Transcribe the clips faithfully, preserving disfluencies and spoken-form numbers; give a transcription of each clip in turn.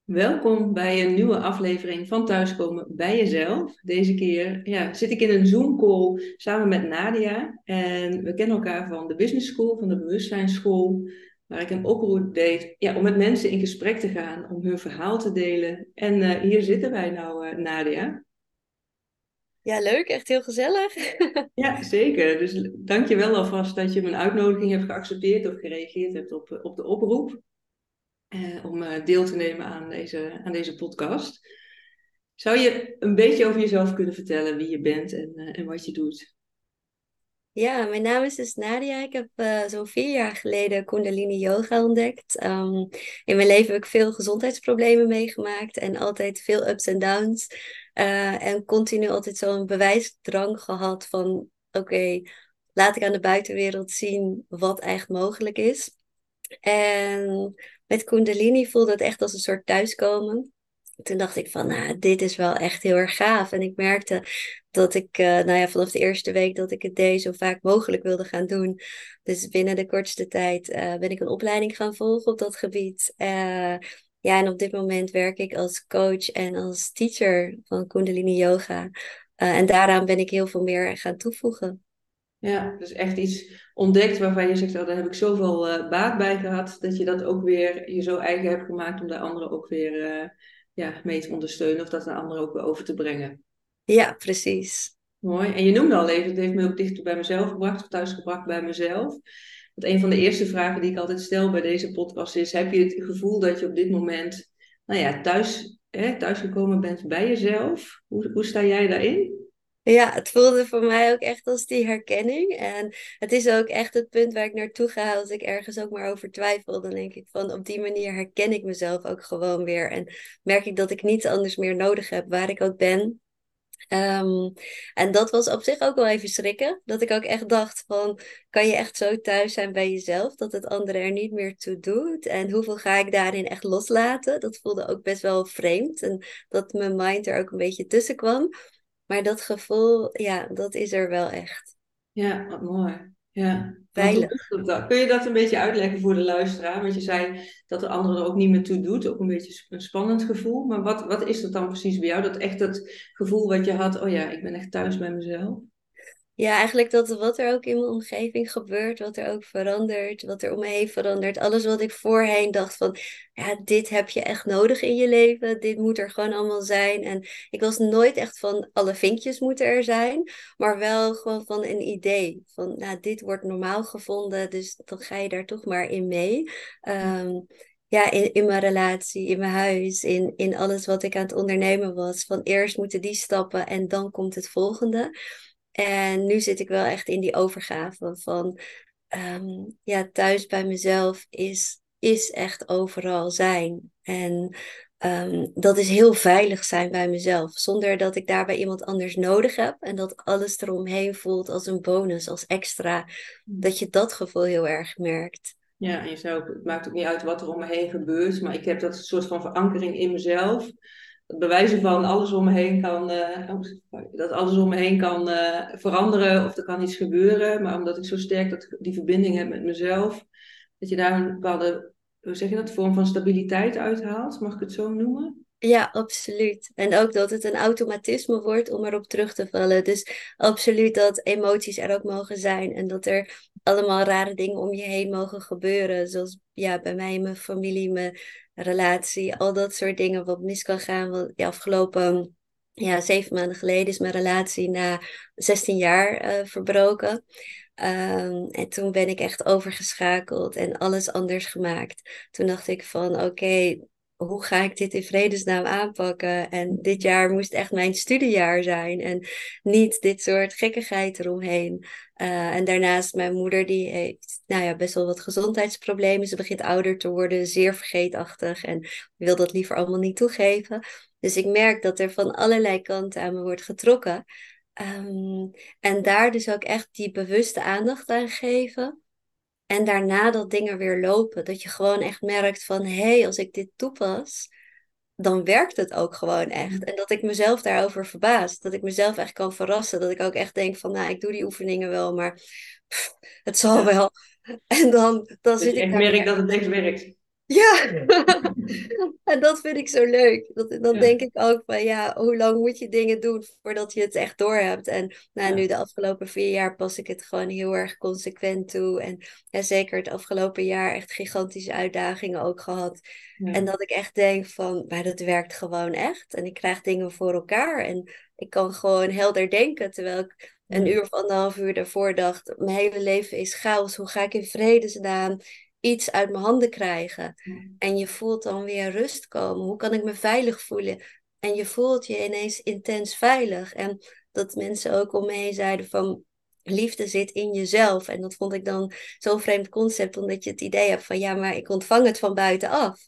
Welkom bij een nieuwe aflevering van Thuiskomen bij Jezelf. Deze keer ja, zit ik in een Zoom-call samen met Nadia. En we kennen elkaar van de Business School, van de Bewustzijnsschool, waar ik een oproep deed ja, om met mensen in gesprek te gaan, om hun verhaal te delen. En eh, hier zitten wij nou, eh, Nadia. Ja, leuk. Echt heel gezellig. Ja, zeker. Dus dank je wel alvast dat je mijn uitnodiging hebt geaccepteerd of gereageerd hebt op, op de oproep. eh, om eh, deel te nemen aan deze, aan deze podcast. Zou je een beetje over jezelf kunnen vertellen, wie je bent en, eh, en wat je doet? Ja, mijn naam is dus Nadia. Ik heb eh, zo'n vier jaar geleden Kundalini Yoga ontdekt. Ehm, in mijn leven heb ik veel gezondheidsproblemen meegemaakt en altijd veel ups en downs. Eh, en continu altijd zo'n bewijsdrang gehad van, oké, laat ik aan de buitenwereld zien wat echt mogelijk is. En met Kundalini voelde het echt als een soort thuiskomen. Toen dacht ik van, nou, dit is wel echt heel erg gaaf. En ik merkte dat ik, eh, nou ja, vanaf de eerste week dat ik het deed, zo vaak mogelijk wilde gaan doen. Dus binnen de kortste tijd eh, ben ik een opleiding gaan volgen op dat gebied. Eh, ja, en op dit moment werk ik als coach en als teacher van Kundalini Yoga. Eh, en daaraan ben ik heel veel meer gaan toevoegen. Ja, dus echt iets ontdekt waarvan je zegt, oh, daar heb ik zoveel eh, baat bij gehad, dat je dat ook weer je zo eigen hebt gemaakt om de anderen ook weer eh, ja, mee te ondersteunen of dat de anderen ook weer over te brengen. Ja, precies. Mooi. En je noemde al even, het heeft me ook dichter bij mezelf gebracht, of thuis gebracht bij mezelf. Want een van de eerste vragen die ik altijd stel bij deze podcast is, heb je het gevoel dat je op dit moment, nou ja, thuis, hè, thuisgekomen bent bij jezelf? Hoe, hoe sta jij daarin? Ja, het voelde voor mij ook echt als die herkenning. En het is ook echt het punt waar ik naartoe ga als ik ergens ook maar over twijfel. Dan denk ik van op die manier herken ik mezelf ook gewoon weer. En merk ik dat ik niets anders meer nodig heb waar ik ook ben. Ehm, en dat was op zich ook wel even schrikken. Dat ik ook echt dacht van, kan je echt zo thuis zijn bij jezelf dat het andere er niet meer toe doet? En hoeveel ga ik daarin echt loslaten? Dat voelde ook best wel vreemd. En dat mijn mind er ook een beetje tussen kwam. Maar dat gevoel, ja, dat is er wel echt. Ja, wat mooi. Ja, want hoe Veilig. is dat dan? Kun je dat een beetje uitleggen voor de luisteraar? Want je zei dat de ander er ook niet meer toe doet, ook een beetje een spannend gevoel. Maar wat, wat is dat dan precies bij jou? Dat echt het gevoel wat je had, oh ja, ik ben echt thuis bij mezelf. Ja, eigenlijk dat wat er ook in mijn omgeving gebeurt, wat er ook verandert, wat er om me heen verandert. Alles wat ik voorheen dacht van, ja, dit heb je echt nodig in je leven. Dit moet er gewoon allemaal zijn. En ik was nooit echt van, alle vinkjes moeten er zijn. Maar wel gewoon van een idee. Van, nou, dit wordt normaal gevonden, dus dan ga je daar toch maar in mee. Ehm, ja, in, in mijn relatie, in mijn huis, in, in alles wat ik aan het ondernemen was. Van eerst moeten die stappen en dan komt het volgende. En nu zit ik wel echt in die overgave van ehm, ja, thuis bij mezelf is, is echt overal zijn. En ehm, dat is heel veilig zijn bij mezelf, zonder dat ik daarbij iemand anders nodig heb en dat alles eromheen voelt als een bonus, als extra. Dat je dat gevoel heel erg merkt. Ja, en je zei ook, het maakt ook niet uit wat er om me heen gebeurt, maar ik heb dat soort van verankering in mezelf. Het bewijzen van alles om me heen kan, eh, oh, dat alles om me heen kan eh, veranderen of er kan iets gebeuren. Maar omdat ik zo sterk dat, die verbinding heb met mezelf, dat je daar een bepaalde, hoe zeg je dat, vorm van stabiliteit uithaalt, mag ik het zo noemen? Ja, absoluut. En ook dat het een automatisme wordt om erop terug te vallen. Dus absoluut dat emoties er ook mogen zijn en dat er allemaal rare dingen om je heen mogen gebeuren. Zoals ja, bij mij, mijn familie, mijn relatie, al dat soort dingen wat mis kan gaan. Want ja, afgelopen ja, zeven maanden geleden is mijn relatie na zestien jaar eh, verbroken. Ehm, en toen ben ik echt overgeschakeld en alles anders gemaakt. Toen dacht ik van oké, hoe ga ik dit in vredesnaam aanpakken? En dit jaar moest echt mijn studiejaar zijn en niet dit soort gekkigheid eromheen. Eh, en daarnaast mijn moeder, die heeft nou ja, best wel wat gezondheidsproblemen. Ze begint ouder te worden, zeer vergeetachtig en wil dat liever allemaal niet toegeven. Dus ik merk dat er van allerlei kanten aan me wordt getrokken. Ehm, en daar dus ook echt die bewuste aandacht aan geven. En daarna dat dingen weer lopen. Dat je gewoon echt merkt van, hé, hey, als ik dit toepas, dan werkt het ook gewoon echt. En dat ik mezelf daarover verbaas. Dat ik mezelf echt kan verrassen. Dat ik ook echt denk van, nou, ik doe die oefeningen wel, maar pff, het zal Ja. wel. En dan, dan Dat zit je ik echt daar merkt weer. dat het echt werkt. Ja, en dat vind ik zo leuk. Dat, dan Ja, denk ik ook van ja, hoe lang moet je dingen doen voordat je het echt doorhebt? En nou, nu ja, de afgelopen vier jaar pas ik het gewoon heel erg consequent toe. En ja, zeker het afgelopen jaar echt gigantische uitdagingen ook gehad. En ja. dat ik echt denk van, maar dat werkt gewoon echt. En ik krijg dingen voor elkaar. En ik kan gewoon helder denken. Terwijl ik een Ja. uur of anderhalf uur daarvoor dacht, mijn hele leven is chaos. Hoe ga ik in vredesnaam iets uit mijn handen krijgen? En je voelt dan weer rust komen. Hoe kan ik me veilig voelen? En je voelt je ineens intens veilig. En dat mensen ook om me heen zeiden van liefde zit in jezelf. En dat vond ik dan zo'n vreemd concept, omdat je het idee hebt van ja, maar ik ontvang het van buitenaf.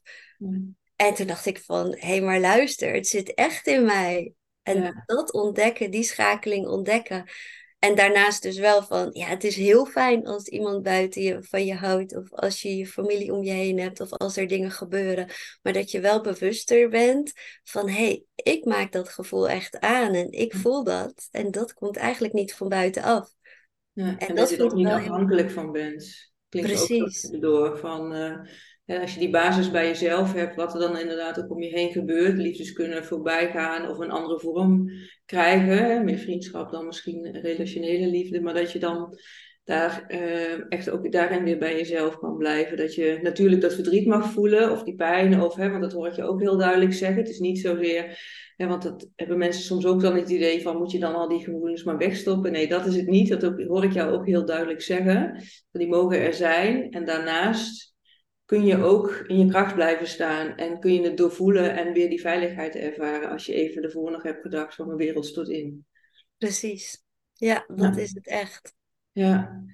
En toen dacht ik van hé, hey, maar luister, het zit echt in mij. En Ja, dat ontdekken, die schakeling ontdekken. En daarnaast dus wel van, ja, het is heel fijn als iemand buiten je van je houdt, of als je je familie om je heen hebt, of als er dingen gebeuren. Maar dat je wel bewuster bent van, hé, hey, ik maak dat gevoel echt aan en ik voel dat. En dat komt eigenlijk niet van buitenaf. ja. En En dat dat je er vind ook ik niet wel heel afhankelijk van bent. Klinkt ook precies. zo door. Van, eh, ja, als je die basis bij jezelf hebt, wat er dan inderdaad ook om je heen gebeurt, liefdes kunnen voorbij gaan of een andere vorm krijgen, hè, meer vriendschap dan misschien relationele liefde, maar dat je dan daar eh, echt ook daarin weer bij jezelf kan blijven. Dat je natuurlijk dat verdriet mag voelen of die pijn, of, hè, want dat hoor ik je ook heel duidelijk zeggen. Het is niet zozeer, hè, want dat hebben mensen soms ook dan het idee van moet je dan al die gevoelens maar wegstoppen. Nee, dat is het niet. Dat ook, hoor ik jou ook heel duidelijk zeggen. Die mogen er zijn. En daarnaast kun je ook in je kracht blijven staan. En kun je het doorvoelen en weer die veiligheid ervaren. Als je even ervoor nog hebt gedacht van mijn wereld stort in. Precies. Ja, dat Ja, is het echt. ja.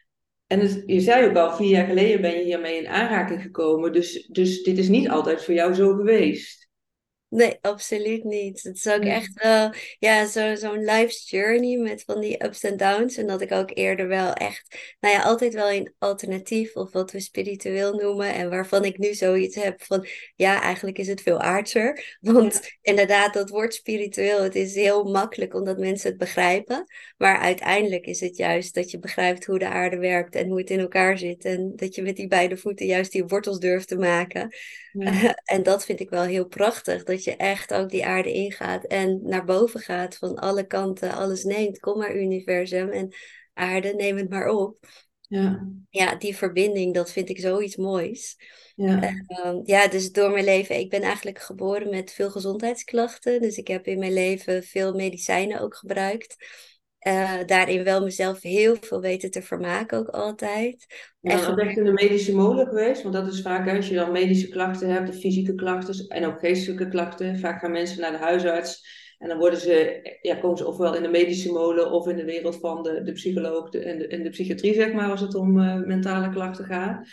En het- je zei ook al, vier jaar geleden ben je hiermee in aanraking gekomen. Dus, dus dit is niet altijd voor jou zo geweest. Nee, absoluut niet. Het is ook Nee. echt wel, ja, zo, zo'n life's journey met van die ups en downs. En dat ik ook eerder wel echt, nou ja, altijd wel een alternatief of wat we spiritueel noemen. En waarvan ik nu zoiets heb van, ja, eigenlijk is het veel aardser. Want Ja, inderdaad, dat woord spiritueel, het is heel makkelijk omdat mensen het begrijpen. Maar uiteindelijk is het juist dat je begrijpt hoe de aarde werkt en hoe het in elkaar zit. En dat je met die beide voeten juist die wortels durft te maken. ja, En dat vind ik wel heel prachtig, dat je echt ook die aarde ingaat en naar boven gaat, van alle kanten alles neemt. Kom maar universum en aarde, neem het maar op. ja, Ja, die verbinding, dat vind ik zoiets moois. ja. Ehm, ja, dus door mijn leven, ik ben eigenlijk geboren met veel gezondheidsklachten. Dus ik heb in mijn leven veel medicijnen ook gebruikt. Eh, daarin wel mezelf heel veel weten te vermaken ook altijd. En dan Echt ook echt in de medische molen geweest, want dat is vaak hè, als je dan medische klachten hebt, of fysieke klachten en ook geestelijke klachten. Vaak gaan mensen naar de huisarts en dan worden ze, ja, komen ze ofwel in de medische molen of in de wereld van de, de psycholoog de, en, de, en de psychiatrie, zeg maar, als het om uh, mentale klachten gaat.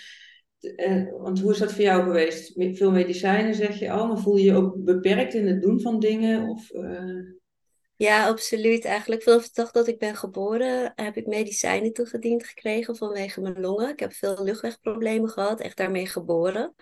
Uh, want hoe is dat voor jou geweest? Veel medicijnen zeg je al, maar voel je je ook beperkt in het doen van dingen? Of, uh... Ja, absoluut. Eigenlijk vanaf de dag dat ik ben geboren heb ik medicijnen toegediend gekregen vanwege mijn longen. Ik heb veel luchtwegproblemen gehad, echt daarmee geboren.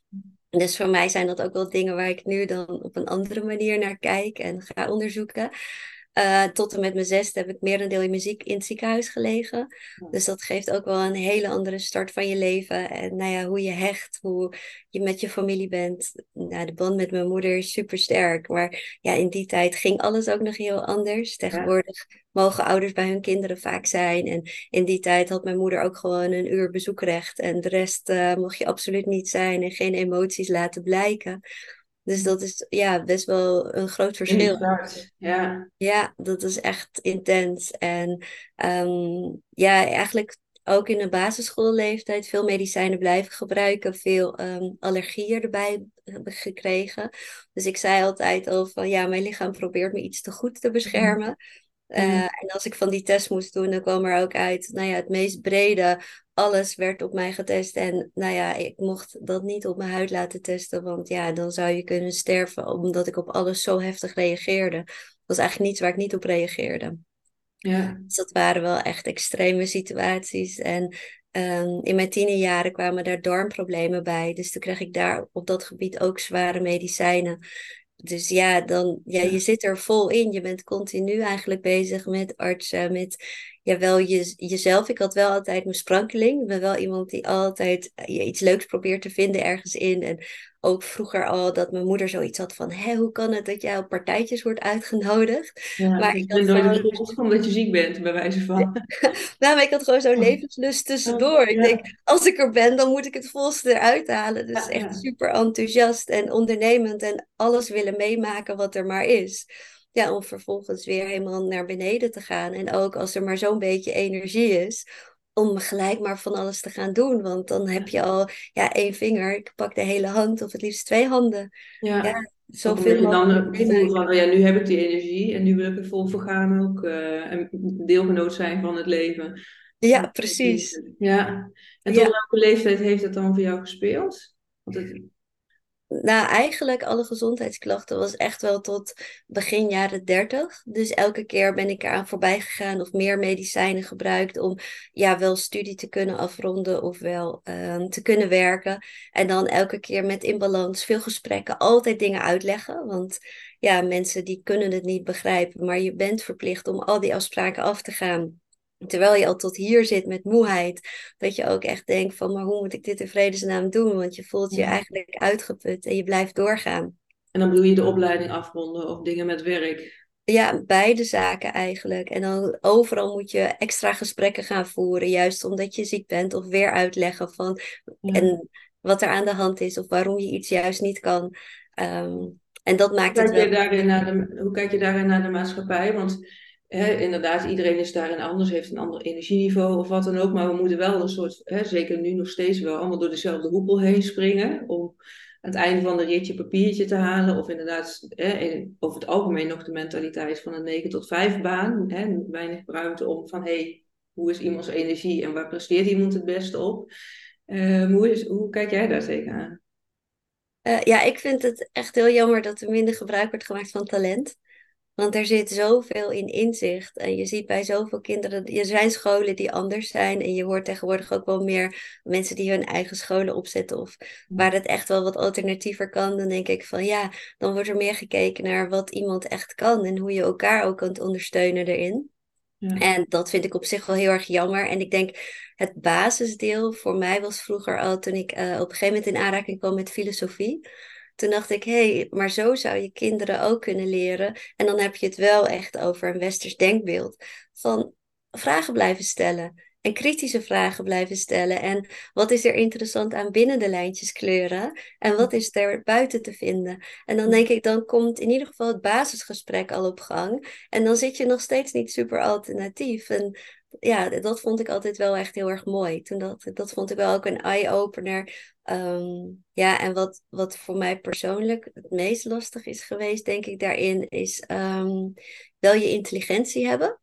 Dus voor mij zijn dat ook wel dingen waar ik nu dan op een andere manier naar kijk en ga onderzoeken. Uh, tot en met mijn zesde heb ik merendeel in muziek in het ziekenhuis gelegen. Dus dat geeft ook wel een hele andere start van je leven. En nou ja, hoe je hecht, hoe je met je familie bent. Nou, de band met mijn moeder is super sterk. Maar ja, in die tijd ging alles ook nog heel anders. Ja, Tegenwoordig mogen ouders bij hun kinderen vaak zijn. En in die tijd had mijn moeder ook gewoon een uur bezoekrecht. En de rest uh, mocht je absoluut niet zijn en geen emoties laten blijken. Dus dat is ja best wel een groot hele verschil. start. Ja, Ja, dat is echt intens. En ehm, ja, eigenlijk ook in de basisschoolleeftijd veel medicijnen blijven gebruiken, veel ehm, allergieën erbij hebben gekregen. Dus ik zei altijd al van ja, mijn lichaam probeert me iets te goed te beschermen. Eh, ja, en als ik van die test moest doen, dan kwam er ook uit, nou ja, het meest brede, alles werd op mij getest. En nou ja, ik mocht dat niet op mijn huid laten testen, want ja, dan zou je kunnen sterven, omdat ik op alles zo heftig reageerde. Dat was eigenlijk niets waar ik niet op reageerde. ja. Dus dat waren wel echt extreme situaties. En ehm, in mijn tienerjaren kwamen daar darmproblemen bij. Dus toen kreeg ik daar op dat gebied ook zware medicijnen. Dus ja, dan, ja, je Ja. zit er vol in. Je bent continu eigenlijk bezig met artsen, met ja, wel je, jezelf. Ik had wel altijd mijn sprankeling. Ik ben wel iemand die altijd eh, iets leuks probeert te vinden ergens in. En ook vroeger al dat mijn moeder zoiets had van, hé, hoe kan het dat jij op partijtjes wordt uitgenodigd? Ja, Maar dat ik je had bent nooit op gewoon, school gekomen omdat je ziek bent, bij wijze van. nou, maar ik had gewoon zo'n levenslust Oh, tussendoor. Ik denk, ja, als ik er ben, dan moet ik het volste eruit halen. Dus ja, echt ja. super enthousiast en ondernemend en alles willen meemaken wat er maar is. Ja, om vervolgens weer helemaal naar beneden te gaan. En ook als er maar zo'n beetje energie is, om gelijk maar van alles te gaan doen. Want dan heb je al, ja, één vinger. Ik pak de hele hand, of het liefst twee handen. Ja, Ja. Ook omdat zoveel je dan mogelijk het gevoel van, meemaken. oh ja, nu heb ik die energie en nu wil ik er vol voor gaan ook. eh, en deelgenoot zijn van het leven. Ja, precies. Ja. En tot Ja. welke leeftijd heeft dat dan voor jou gespeeld? Want het, Nou, eigenlijk alle gezondheidsklachten was echt wel tot begin jaren dertig. Dus elke keer ben ik eraan voorbij gegaan of meer medicijnen gebruikt om ja, wel studie te kunnen afronden of wel ehm, te kunnen werken. En dan elke keer met inbalans, veel gesprekken, altijd dingen uitleggen. Want ja, mensen die kunnen het niet begrijpen, maar je bent verplicht om al die afspraken af te gaan. Terwijl je al tot hier zit met moeheid, dat je ook echt denkt van, maar hoe moet ik dit in vredesnaam doen? Want je voelt je ja. eigenlijk uitgeput en je blijft doorgaan. En dan bedoel je de opleiding afronden of dingen met werk. Ja, beide zaken eigenlijk. En dan overal moet je extra gesprekken gaan voeren, juist omdat je ziek bent, of weer uitleggen van Ja. en wat er aan de hand is of waarom je iets juist niet kan. Ehm, en dat Hoe maakt het kijk wel. je daarin naar de, hoe kijk je daarin naar de maatschappij? Want hè, inderdaad, iedereen is daarin anders, heeft een ander energieniveau of wat dan ook. Maar we moeten wel een soort, hè, zeker nu nog steeds wel, allemaal door dezelfde hoepel heen springen. Om aan het einde van de rit je papiertje te halen. Of inderdaad, hè, in- over het algemeen nog de mentaliteit van een negen tot vijf baan. Hè, weinig ruimte om van, hé, hey, hoe is iemands energie en waar presteert iemand het beste op? Eh, hoe, is, hoe kijk jij daar tegenaan? Eh, ja, ik vind het echt heel jammer dat er minder gebruik wordt gemaakt van talent. Want er zit zoveel in inzicht. En je ziet bij zoveel kinderen, er zijn scholen die anders zijn. En je hoort tegenwoordig ook wel meer mensen die hun eigen scholen opzetten. Of waar het echt wel wat alternatiever kan. Dan denk ik van ja, dan wordt er meer gekeken naar wat iemand echt kan. En hoe je elkaar ook kunt ondersteunen erin. Ja. En dat vind ik op zich wel heel erg jammer. En ik denk, het basisdeel voor mij was vroeger al toen ik eh, op een gegeven moment in aanraking kwam met filosofie. Toen dacht ik, hé, hey, maar zo zou je kinderen ook kunnen leren. En dan heb je het wel echt over een westers denkbeeld. Van vragen blijven stellen. En kritische vragen blijven stellen. En wat is er interessant aan binnen de lijntjes kleuren? En wat is er buiten te vinden? En dan denk ik, dan komt in ieder geval het basisgesprek al op gang. En dan zit je nog steeds niet super alternatief. En ja, dat vond ik altijd wel echt heel erg mooi. Toen dat, dat vond ik wel ook een eye-opener. Ehm, ja, en wat, wat voor mij persoonlijk het meest lastig is geweest, denk ik, daarin, is ehm, wel je intelligentie hebben.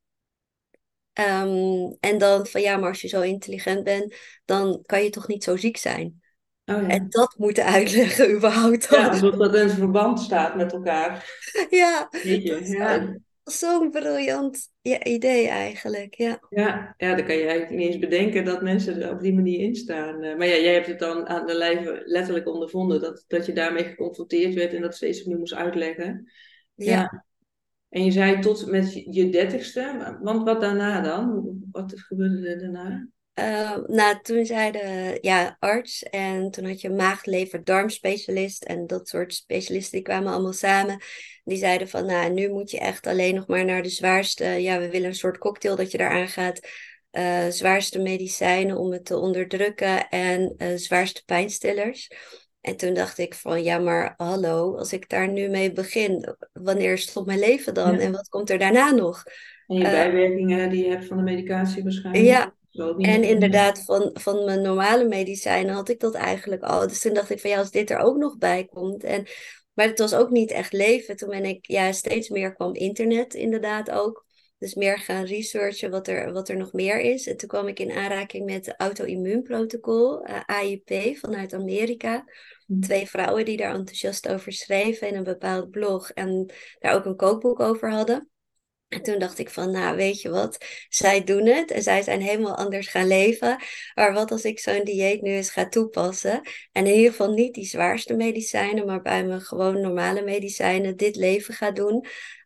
Ehm, en dan van ja, maar als je zo intelligent bent, dan kan je toch niet zo ziek zijn. Oh En ja. dat moeten uitleggen überhaupt Ja, al. alsof dat in verband staat met elkaar. Ja, Weet dat je, is ja. ook zo'n briljant ja, idee eigenlijk. Ja. Ja, ja, dan kan je eigenlijk niet eens bedenken dat mensen er op die manier in staan. Eh, Maar ja, jij hebt het dan aan de lijve letterlijk ondervonden, dat, dat je daarmee geconfronteerd werd en dat steeds opnieuw moest uitleggen. Ja. Ja, en je zei tot met je je dertigste, want wat daarna dan? Wat gebeurde er daarna? Uh, nou, toen zei de ja, arts en toen had je maag, lever, darmspecialist en dat soort specialisten die kwamen allemaal samen. Die zeiden van, nou, nu moet je echt alleen nog maar naar de zwaarste, ja, we willen een soort cocktail dat je daaraan gaat. Uh, zwaarste medicijnen om het te onderdrukken en uh, zwaarste pijnstillers. En toen dacht ik van, ja, maar hallo, als ik daar nu mee begin, wanneer stopt mijn leven dan? Ja. En wat komt er daarna nog? En je Uh, bijwerkingen die je hebt van de medicatie waarschijnlijk. ja, Dat is ook niet en goed. inderdaad, van, van mijn normale medicijnen had ik dat eigenlijk al. Dus toen dacht ik van ja, als dit er ook nog bij komt. En, maar het was ook niet echt leven. Toen ben ik ja, steeds meer kwam internet inderdaad ook. Dus meer gaan researchen wat er, wat er nog meer is. En toen kwam ik in aanraking met het auto-immuunprotocol, eh, A I P, vanuit Amerika. Twee vrouwen die daar enthousiast over schreven in een bepaald blog. En daar ook een kookboek over hadden. En toen dacht ik van, nou weet je wat, zij doen het en zij zijn helemaal anders gaan leven. Maar wat als ik zo'n dieet nu eens ga toepassen en in ieder geval niet die zwaarste medicijnen, maar bij mijn gewoon normale medicijnen dit leven ga doen.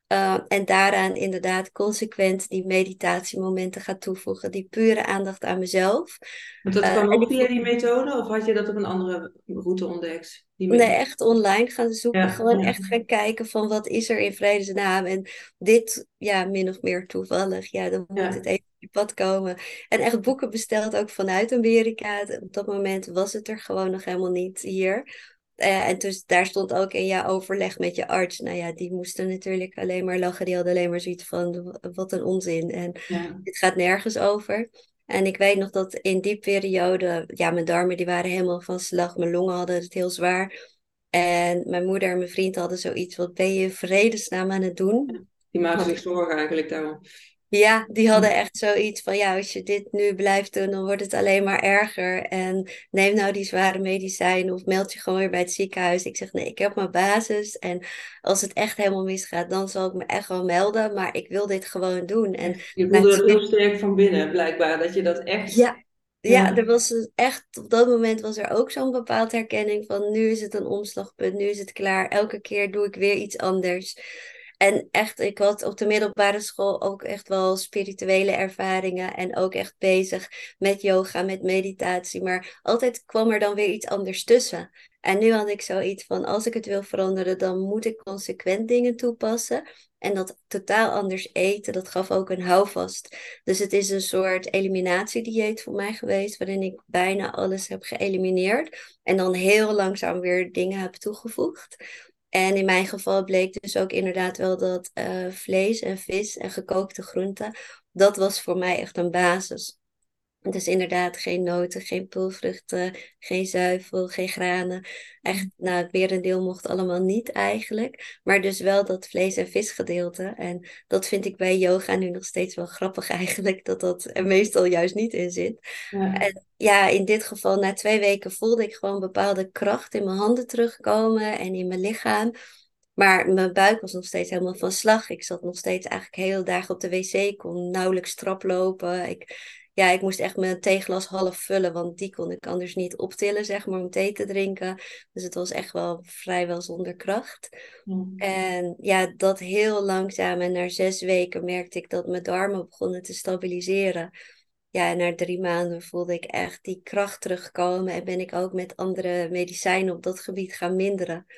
Uh, en daaraan inderdaad consequent die meditatiemomenten gaat toevoegen, die pure aandacht aan mezelf. Want dat Uh, kwam en ook ik via die methode, of had je dat op een andere route ontdekt? Die Nee, me- echt online gaan zoeken. ja, Gewoon ja, echt gaan kijken van wat is er in vredesnaam. En dit, ja, min of meer toevallig. Ja, dan moet het ja, even op je pad komen. En echt boeken besteld ook vanuit Amerika. Op dat moment was het er gewoon nog helemaal niet hier. Eh, en dus daar stond ook in, ja, overleg met je arts. Nou ja, die moesten natuurlijk alleen maar lachen. Die hadden alleen maar zoiets van, wat een onzin. En ja. dit gaat nergens over. En ik weet nog dat in die periode, ja, mijn darmen die waren helemaal van slag. Mijn longen hadden het heel zwaar. En mijn moeder en mijn vriend hadden zoiets, wat ben je in vredesnaam aan het doen? Die maakte Want zich zorgen eigenlijk daarom. ja, die hadden Ja, echt zoiets van, ja, als je dit nu blijft doen, dan wordt het alleen maar erger. En neem nou die zware medicijnen of meld je gewoon weer bij het ziekenhuis. Ik zeg, nee, ik heb mijn basis. En als het echt helemaal misgaat, dan zal ik me echt wel melden. Maar ik wil dit gewoon doen. En echt. Je na voelde dat twee heel sterk van binnen, blijkbaar, dat je dat echt, Ja, ja, ja, er was dus echt, op dat moment was er ook zo'n bepaald herkenning van nu is het een omslagpunt, nu is het klaar, elke keer doe ik weer iets anders. En echt, ik had op de middelbare school ook echt wel spirituele ervaringen en ook echt bezig met yoga, met meditatie, maar altijd kwam er dan weer iets anders tussen. En nu had ik zoiets van, als ik het wil veranderen, dan moet ik consequent dingen toepassen. En dat totaal anders eten, dat gaf ook een houvast. Dus het is een soort eliminatiedieet voor mij geweest, waarin ik bijna alles heb geëlimineerd en dan heel langzaam weer dingen heb toegevoegd. En in mijn geval bleek dus ook inderdaad wel dat eh, vlees en vis en gekookte groenten, dat was voor mij echt een basis. Dus inderdaad geen noten, geen pulvruchten, geen zuivel, geen granen. Echt, nou, het merendeel mocht allemaal niet eigenlijk. Maar dus wel dat vlees- en visgedeelte. En dat vind ik bij yoga nu nog steeds wel grappig eigenlijk, dat dat er meestal juist niet in zit. ja, En ja, in dit geval, na twee weken voelde ik gewoon bepaalde kracht in mijn handen terugkomen en in mijn lichaam. Maar mijn buik was nog steeds helemaal van slag. Ik zat nog steeds eigenlijk heel dagen op de wc. Ik kon nauwelijks traplopen. Ik, ja, ik moest echt mijn theeglas half vullen, want die kon ik anders niet optillen, zeg maar, om thee te drinken. Dus het was echt wel vrijwel zonder kracht. ja. En ja, dat heel langzaam. En na zes weken merkte ik dat mijn darmen begonnen te stabiliseren. Ja, en na drie maanden voelde ik echt die kracht terugkomen. En ben ik ook met andere medicijnen op dat gebied gaan minderen.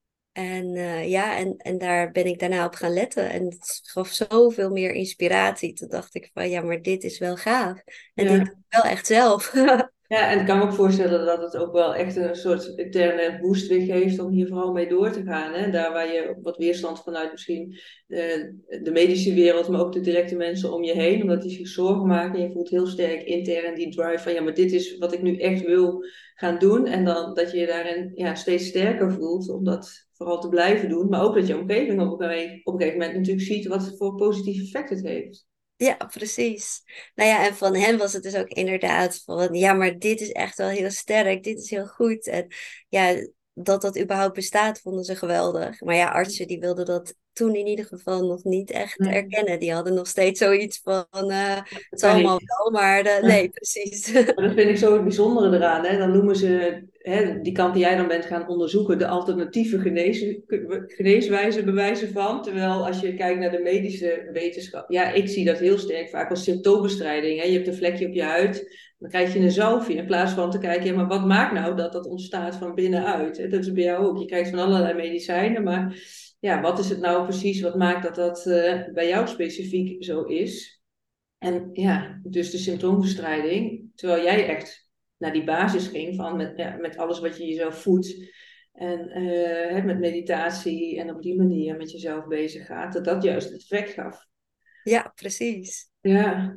En eh, ja, en, en daar ben ik daarna op gaan letten. En het gaf zoveel meer inspiratie. Toen dacht ik van, ja, maar dit is wel gaaf. En dit doe Ja. ik wel echt zelf. Ja, en ik kan me ook voorstellen dat het ook wel echt een soort interne boost weer geeft om hier vooral mee door te gaan. Hè? Daar waar je wat weerstand vanuit misschien eh, de medische wereld, maar ook de directe mensen om je heen, omdat die zich zorgen maken. Je voelt heel sterk intern die drive van ja, maar dit is wat ik nu echt wil gaan doen. En dan dat je je daarin ja, steeds sterker voelt om dat vooral te blijven doen. Maar ook dat je omgeving op een, op een gegeven moment natuurlijk ziet wat voor positief effect het heeft. Ja, precies. Nou ja, en van hen was het dus ook inderdaad van, ja, maar dit is echt wel heel sterk, dit is heel goed. En ja, dat dat überhaupt bestaat, vonden ze geweldig. Maar ja, artsen die wilden dat toen in ieder geval nog niet echt Nee, erkennen. Die hadden nog steeds zoiets van, eh, het dat is kan allemaal niet. wel, maar eh, nee, precies. Maar dat vind ik zo het bijzondere eraan. Hè? Dan noemen ze hè, die kant die jij dan bent gaan onderzoeken, de alternatieve genees, geneeswijze bewijzen van. Terwijl als je kijkt naar de medische wetenschap, ja, ik zie dat heel sterk vaak als symptoombestrijding. Hè? Je hebt een vlekje op je huid, dan krijg je een zalfje. In plaats van te kijken, ja, maar wat maakt nou dat dat ontstaat van binnenuit? Hè? Dat is bij jou ook. Je krijgt van allerlei medicijnen, maar ja, wat is het nou precies? Wat maakt dat dat uh, bij jou specifiek zo is? En ja, dus de symptoombestrijding, terwijl jij echt naar die basis ging van met, ja, met alles wat je jezelf voedt en eh, met meditatie en op die manier met jezelf bezig gaat, dat dat juist het effect gaf. Ja, precies. Ja,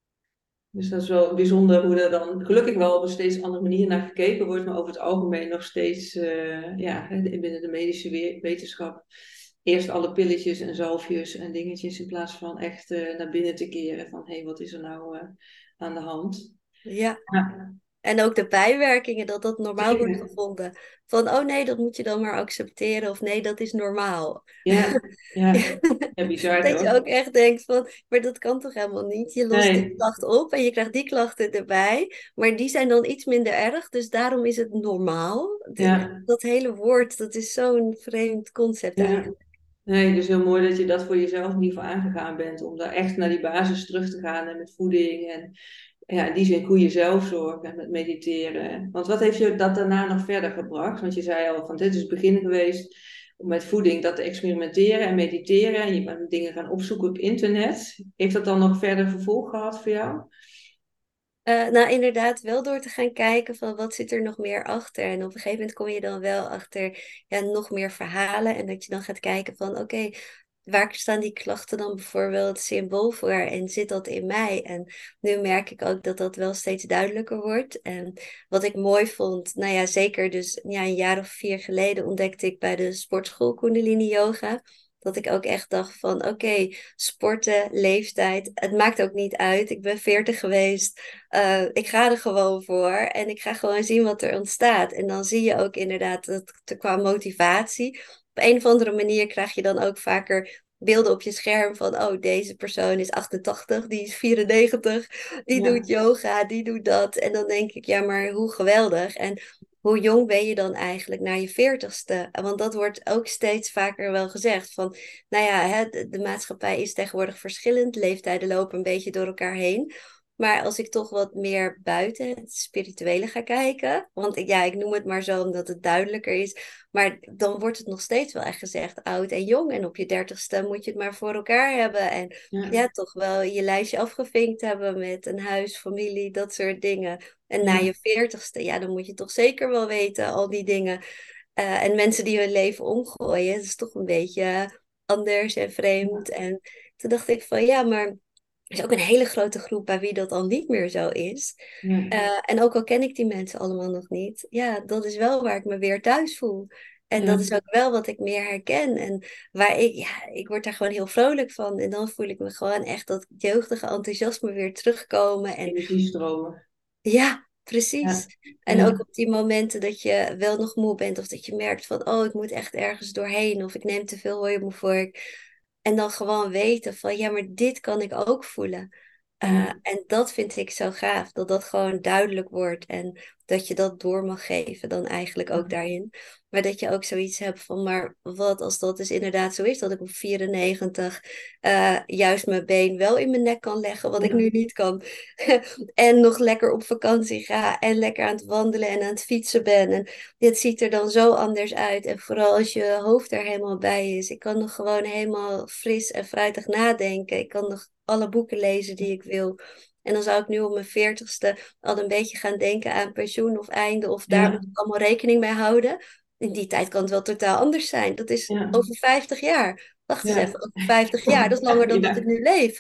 dus dat is wel bijzonder hoe er dan gelukkig wel op een steeds andere manier naar gekeken wordt, maar over het algemeen nog steeds eh, ja, binnen de medische we- wetenschap. Eerst alle pilletjes en zalfjes en dingetjes in plaats van echt eh, naar binnen te keren van hé, hey, wat is er nou eh, aan de hand? Ja. Ja, En ook de bijwerkingen, dat dat normaal wordt zeker. gevonden. Van, oh nee, dat moet je dan maar accepteren. Of nee, dat is normaal. Ja, ja. Ja, bizar Dat je toch? ook echt denkt van, maar dat kan toch helemaal niet? Je lost die Nee, klacht op en je krijgt die klachten erbij. Maar die zijn dan iets minder erg, dus daarom is het normaal. De- ja, Dat hele woord, dat is zo'n vreemd concept ja. eigenlijk. Nee, dus heel mooi dat je dat voor jezelf in ieder geval aangegaan bent. Om daar echt naar die basis terug te gaan en met voeding en ja, in die zin goede zelfzorg en met mediteren. Want wat heeft je dat daarna nog verder gebracht? Want je zei al van dit is het begin geweest om met voeding dat te experimenteren en mediteren. En je bent dingen gaan opzoeken op internet. Heeft dat dan nog verder vervolg gehad voor jou? Eh, nou, inderdaad, wel door te gaan kijken van wat zit er nog meer achter. En op een gegeven moment kom je dan wel achter ja, nog meer verhalen. En dat je dan gaat kijken van oké, waar staan die klachten dan bijvoorbeeld symbool voor? En zit dat in mij? En nu merk ik ook dat dat wel steeds duidelijker wordt. En wat ik mooi vond, nou ja, zeker dus ja, een jaar of vier geleden ontdekte ik bij de sportschool Kundalini Yoga. Dat ik ook echt dacht van oké, sporten, leeftijd, het maakt ook niet uit. Ik ben veertig geweest. Uh, ik ga er gewoon voor en ik ga gewoon zien wat er ontstaat. En dan zie je ook inderdaad dat te- qua motivatie. Op een of andere manier krijg je dan ook vaker beelden op je scherm van, oh, deze persoon is achtentachtig, die is vierennegentig, die doet Ja, yoga, die doet dat. En dan denk ik, ja, maar hoe geweldig. En hoe jong ben je dan eigenlijk na je veertigste? Want dat wordt ook steeds vaker wel gezegd. Van, nou ja, hè, de, de maatschappij is tegenwoordig verschillend. Leeftijden lopen een beetje door elkaar heen. Maar als ik toch wat meer buiten het spirituele ga kijken, want ik, ja, ik noem het maar zo omdat het duidelijker is, maar dan wordt het nog steeds wel echt gezegd oud en jong. En op je dertigste moet je het maar voor elkaar hebben. En ja, ja, toch wel je lijstje afgevinkt hebben met een huis, familie, dat soort dingen. En na ja, je veertigste, ja, dan moet je toch zeker wel weten, al die dingen. Eh, en mensen die hun leven omgooien, dat is toch een beetje anders en vreemd. En toen dacht ik van ja, maar er is ook een hele grote groep bij wie dat al niet meer zo is. ja, Eh, en ook al ken ik die mensen allemaal nog niet, ja, dat is wel waar ik me weer thuis voel. En ja. dat is ook wel wat ik meer herken. En waar ik, ja, ik word daar gewoon heel vrolijk van. En dan voel ik me gewoon echt dat jeugdige enthousiasme weer terugkomen. En Energiestromen. ja, Ja, precies. En ook ja, op die momenten dat je wel nog moe bent of dat je merkt van, oh, ik moet echt ergens doorheen of ik neem te veel hooi op mijn vork. En dan gewoon weten van, ja, maar dit kan ik ook voelen. ja, Uh, en dat vind ik zo gaaf, dat dat gewoon duidelijk wordt en dat je dat door mag geven dan eigenlijk ook ja, daarin. Maar dat je ook zoiets hebt van, maar wat als dat dus inderdaad zo is, dat ik op vierennegentig uh, juist mijn been wel in mijn nek kan leggen, wat ik ja, nu niet kan. En nog lekker op vakantie ga en lekker aan het wandelen en aan het fietsen ben. En dit ziet er dan zo anders uit. En vooral als je hoofd er helemaal bij is. Ik kan nog gewoon helemaal fris en fruitig nadenken. Ik kan nog alle boeken lezen die ik wil. En dan zou ik nu op mijn veertigste al een beetje gaan denken aan pensioen of einde. Of daar moet ja, ik allemaal rekening mee houden. In die tijd kan het wel totaal anders zijn. Dat is ja, over vijftig jaar. Wacht eens ja. even, over vijftig jaar. Dat is langer dan dat ik Ja, nu leef.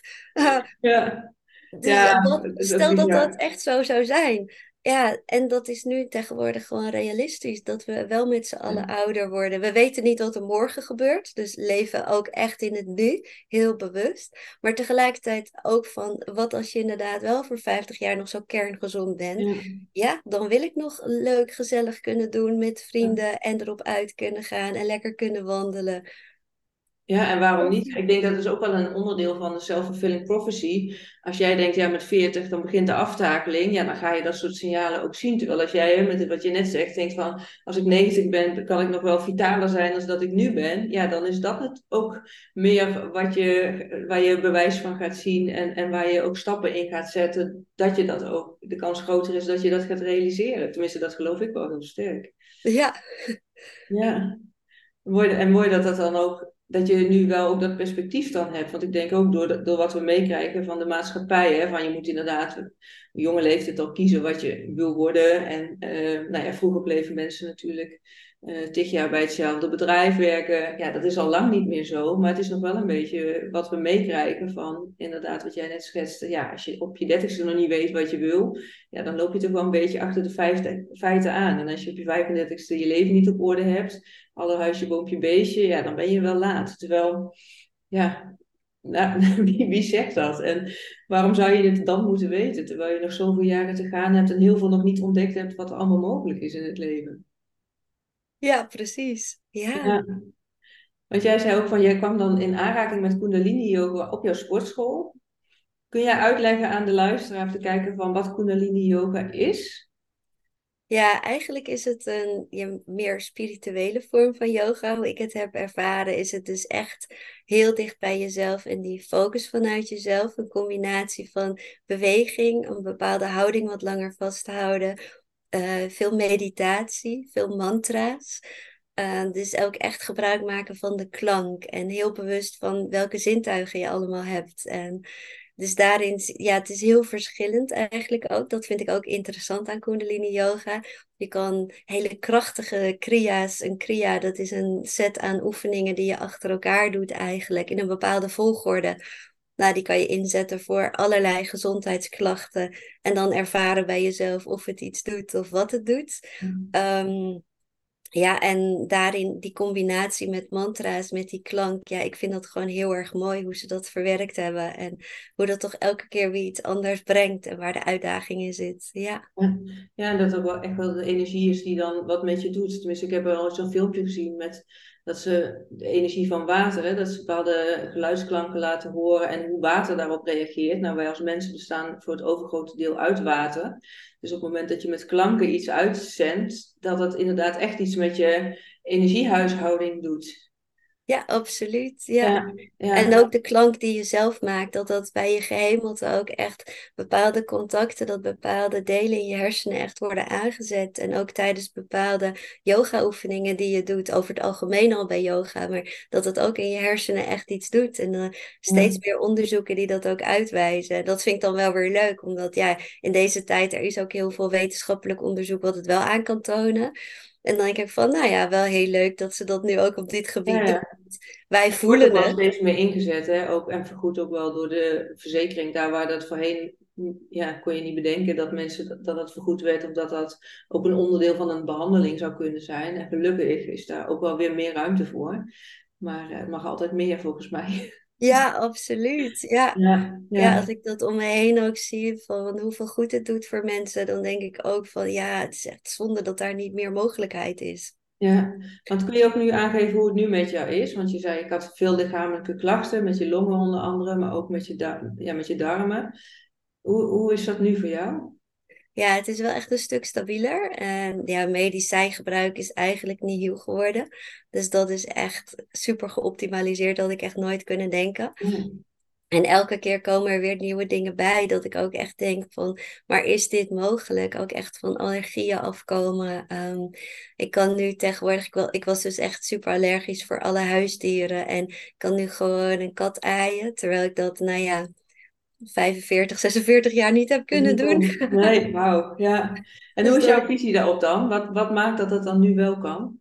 ja, Dus ja, wat, dat is ook stel dat dat bizar. echt zo zou zijn. Ja, en dat is nu tegenwoordig gewoon realistisch. Dat we wel met z'n allen Ja, ouder worden. We weten niet wat er morgen gebeurt. Dus leven ook echt in het nu. Heel bewust. Maar tegelijkertijd ook van wat als je inderdaad wel voor vijftig jaar nog zo kerngezond bent. ja, Ja, dan wil ik nog leuk, gezellig kunnen doen met ja. vrienden. En erop uit kunnen gaan en lekker kunnen wandelen. Ja, en waarom niet? Ik denk dat is ook wel een onderdeel van de self-fulfilling prophecy. Als jij denkt, ja, met veertig dan begint de aftakeling, ja, dan ga je dat soort signalen ook zien. Terwijl als jij, hè, met wat je net zegt, denkt van, als ik negentig ben, dan kan ik nog wel vitaler zijn dan dat ik nu ben. Ja, dan is dat het ook meer wat je, waar je bewijs van gaat zien en, en waar je ook stappen in gaat zetten, dat je dat ook, de kans groter is dat je dat gaat realiseren. Tenminste, dat geloof ik wel heel sterk. Ja, Ja. Mooi, en mooi dat dat dan ook, dat je nu wel ook dat perspectief dan hebt. Want ik denk ook door, de- door wat we meekrijgen van de maatschappij, hè, van je moet inderdaad op jonge leeftijd al kiezen wat je wil worden. En eh, nou ja, vroeger bleven mensen natuurlijk eh tig jaar bij hetzelfde bedrijf werken. Ja, dat is al lang niet meer zo, maar het is nog wel een beetje wat we meekrijgen van inderdaad wat jij net schetste. Ja, als je op je dertigste nog niet weet wat je wil, ja, dan loop je toch wel een beetje achter de feiten, feiten aan. En als je op je vijfendertigste je leven niet op orde hebt, alle huisje, boompje, beestje, ja, dan ben je wel laat. Terwijl, ja, nou, wie, wie zegt dat? En waarom zou je dit dan moeten weten, terwijl je nog zoveel jaren te gaan hebt en heel veel nog niet ontdekt hebt wat er allemaal mogelijk is in het leven? ja, precies. Ja. Ja, want jij zei ook van, jij kwam dan in aanraking met Kundalini Yoga op jouw sportschool. Kun jij uitleggen aan de luisteraar om te kijken van wat Kundalini Yoga is? Ja, eigenlijk is het een ja, meer spirituele vorm van yoga. Hoe ik het heb ervaren, is het dus echt heel dicht bij jezelf en die focus vanuit jezelf. Een combinatie van beweging, een bepaalde houding wat langer vasthouden, eh, veel meditatie, veel mantra's. Eh, dus ook echt gebruik maken van de klank en heel bewust van welke zintuigen je allemaal hebt. En dus daarin, ja, het is heel verschillend eigenlijk ook. Dat vind ik ook interessant aan Kundalini Yoga. Je kan hele krachtige kriya's. Een kriya, dat is een set aan oefeningen die je achter elkaar doet eigenlijk in een bepaalde volgorde. Nou, die kan je inzetten voor allerlei gezondheidsklachten. En dan ervaren bij jezelf of het iets doet of wat het doet. Ehm, ja, en daarin die combinatie met mantra's, met die klank. Ja, ik vind dat gewoon heel erg mooi hoe ze dat verwerkt hebben. En hoe dat toch elke keer weer iets anders brengt en waar de uitdaging in zit. Ja. Ja, ja, en dat ook wel echt wel de energie is die dan wat met je doet. Tenminste, ik heb wel eens zo'n filmpje gezien met dat ze de energie van water, hè, dat ze bepaalde geluidsklanken laten horen en hoe water daarop reageert. Nou, wij als mensen bestaan voor het overgrote deel uit water. Dus op het moment dat je met klanken iets uitzendt, dat het inderdaad echt iets met je energiehuishouding doet. Ja, absoluut. Ja. Ja, En ja, ook de klank die je zelf maakt, dat dat bij je gehemelte ook echt bepaalde contacten, dat bepaalde delen in je hersenen echt worden aangezet. En ook tijdens bepaalde yoga-oefeningen die je doet, over het algemeen al bij yoga, maar dat het ook in je hersenen echt iets doet. En uh, steeds ja, meer onderzoeken die dat ook uitwijzen. Dat vind ik dan wel weer leuk, omdat ja, in deze tijd er is ook heel veel wetenschappelijk onderzoek wat het wel aan kan tonen. En dan denk ik van, nou ja, wel heel leuk dat ze dat nu ook op dit ja, gebied doen. ja. Wij Het wordt ook voelen wel het. steeds meer ingezet, hè? Ook, en vergoed ook wel door de verzekering. Daar waar dat voorheen, ja, kon je niet bedenken dat mensen dat, dat het vergoed werd of dat dat ook een onderdeel van een behandeling zou kunnen zijn. En gelukkig is daar ook wel weer meer ruimte voor. Maar eh, het mag altijd meer volgens mij. Ja, absoluut. Ja. Ja, Ja, als ja, ik dat om me heen ook zie van hoeveel goed het doet voor mensen, dan denk ik ook van ja, het is echt zonde dat daar niet meer mogelijkheid is. ja. Want kun je ook nu aangeven hoe het nu met jou is? Want je zei, ik had veel lichamelijke klachten, met je longen onder andere, maar ook met je, da- ja, met je darmen. Hoe, hoe is dat nu voor jou? Ja, het is wel echt een stuk stabieler. En ja, medicijngebruik is eigenlijk niet nieuw geworden. Dus dat is echt super geoptimaliseerd, dat ik echt nooit kunnen denken. Ja. En elke keer komen er weer nieuwe dingen bij, dat ik ook echt denk van, maar is dit mogelijk? Ook echt van allergieën afkomen. Ehm, ik kan nu tegenwoordig, ik, wel, ik was dus echt super allergisch voor alle huisdieren en ik kan nu gewoon een kat aaien, terwijl ik dat, nou ja, vijfenveertig, zesenveertig jaar niet heb kunnen Niet doen. kon. Nee, wauw, ja. En hoe Dus is dat jouw visie daarop dan? Wat, wat maakt dat het dan nu wel kan?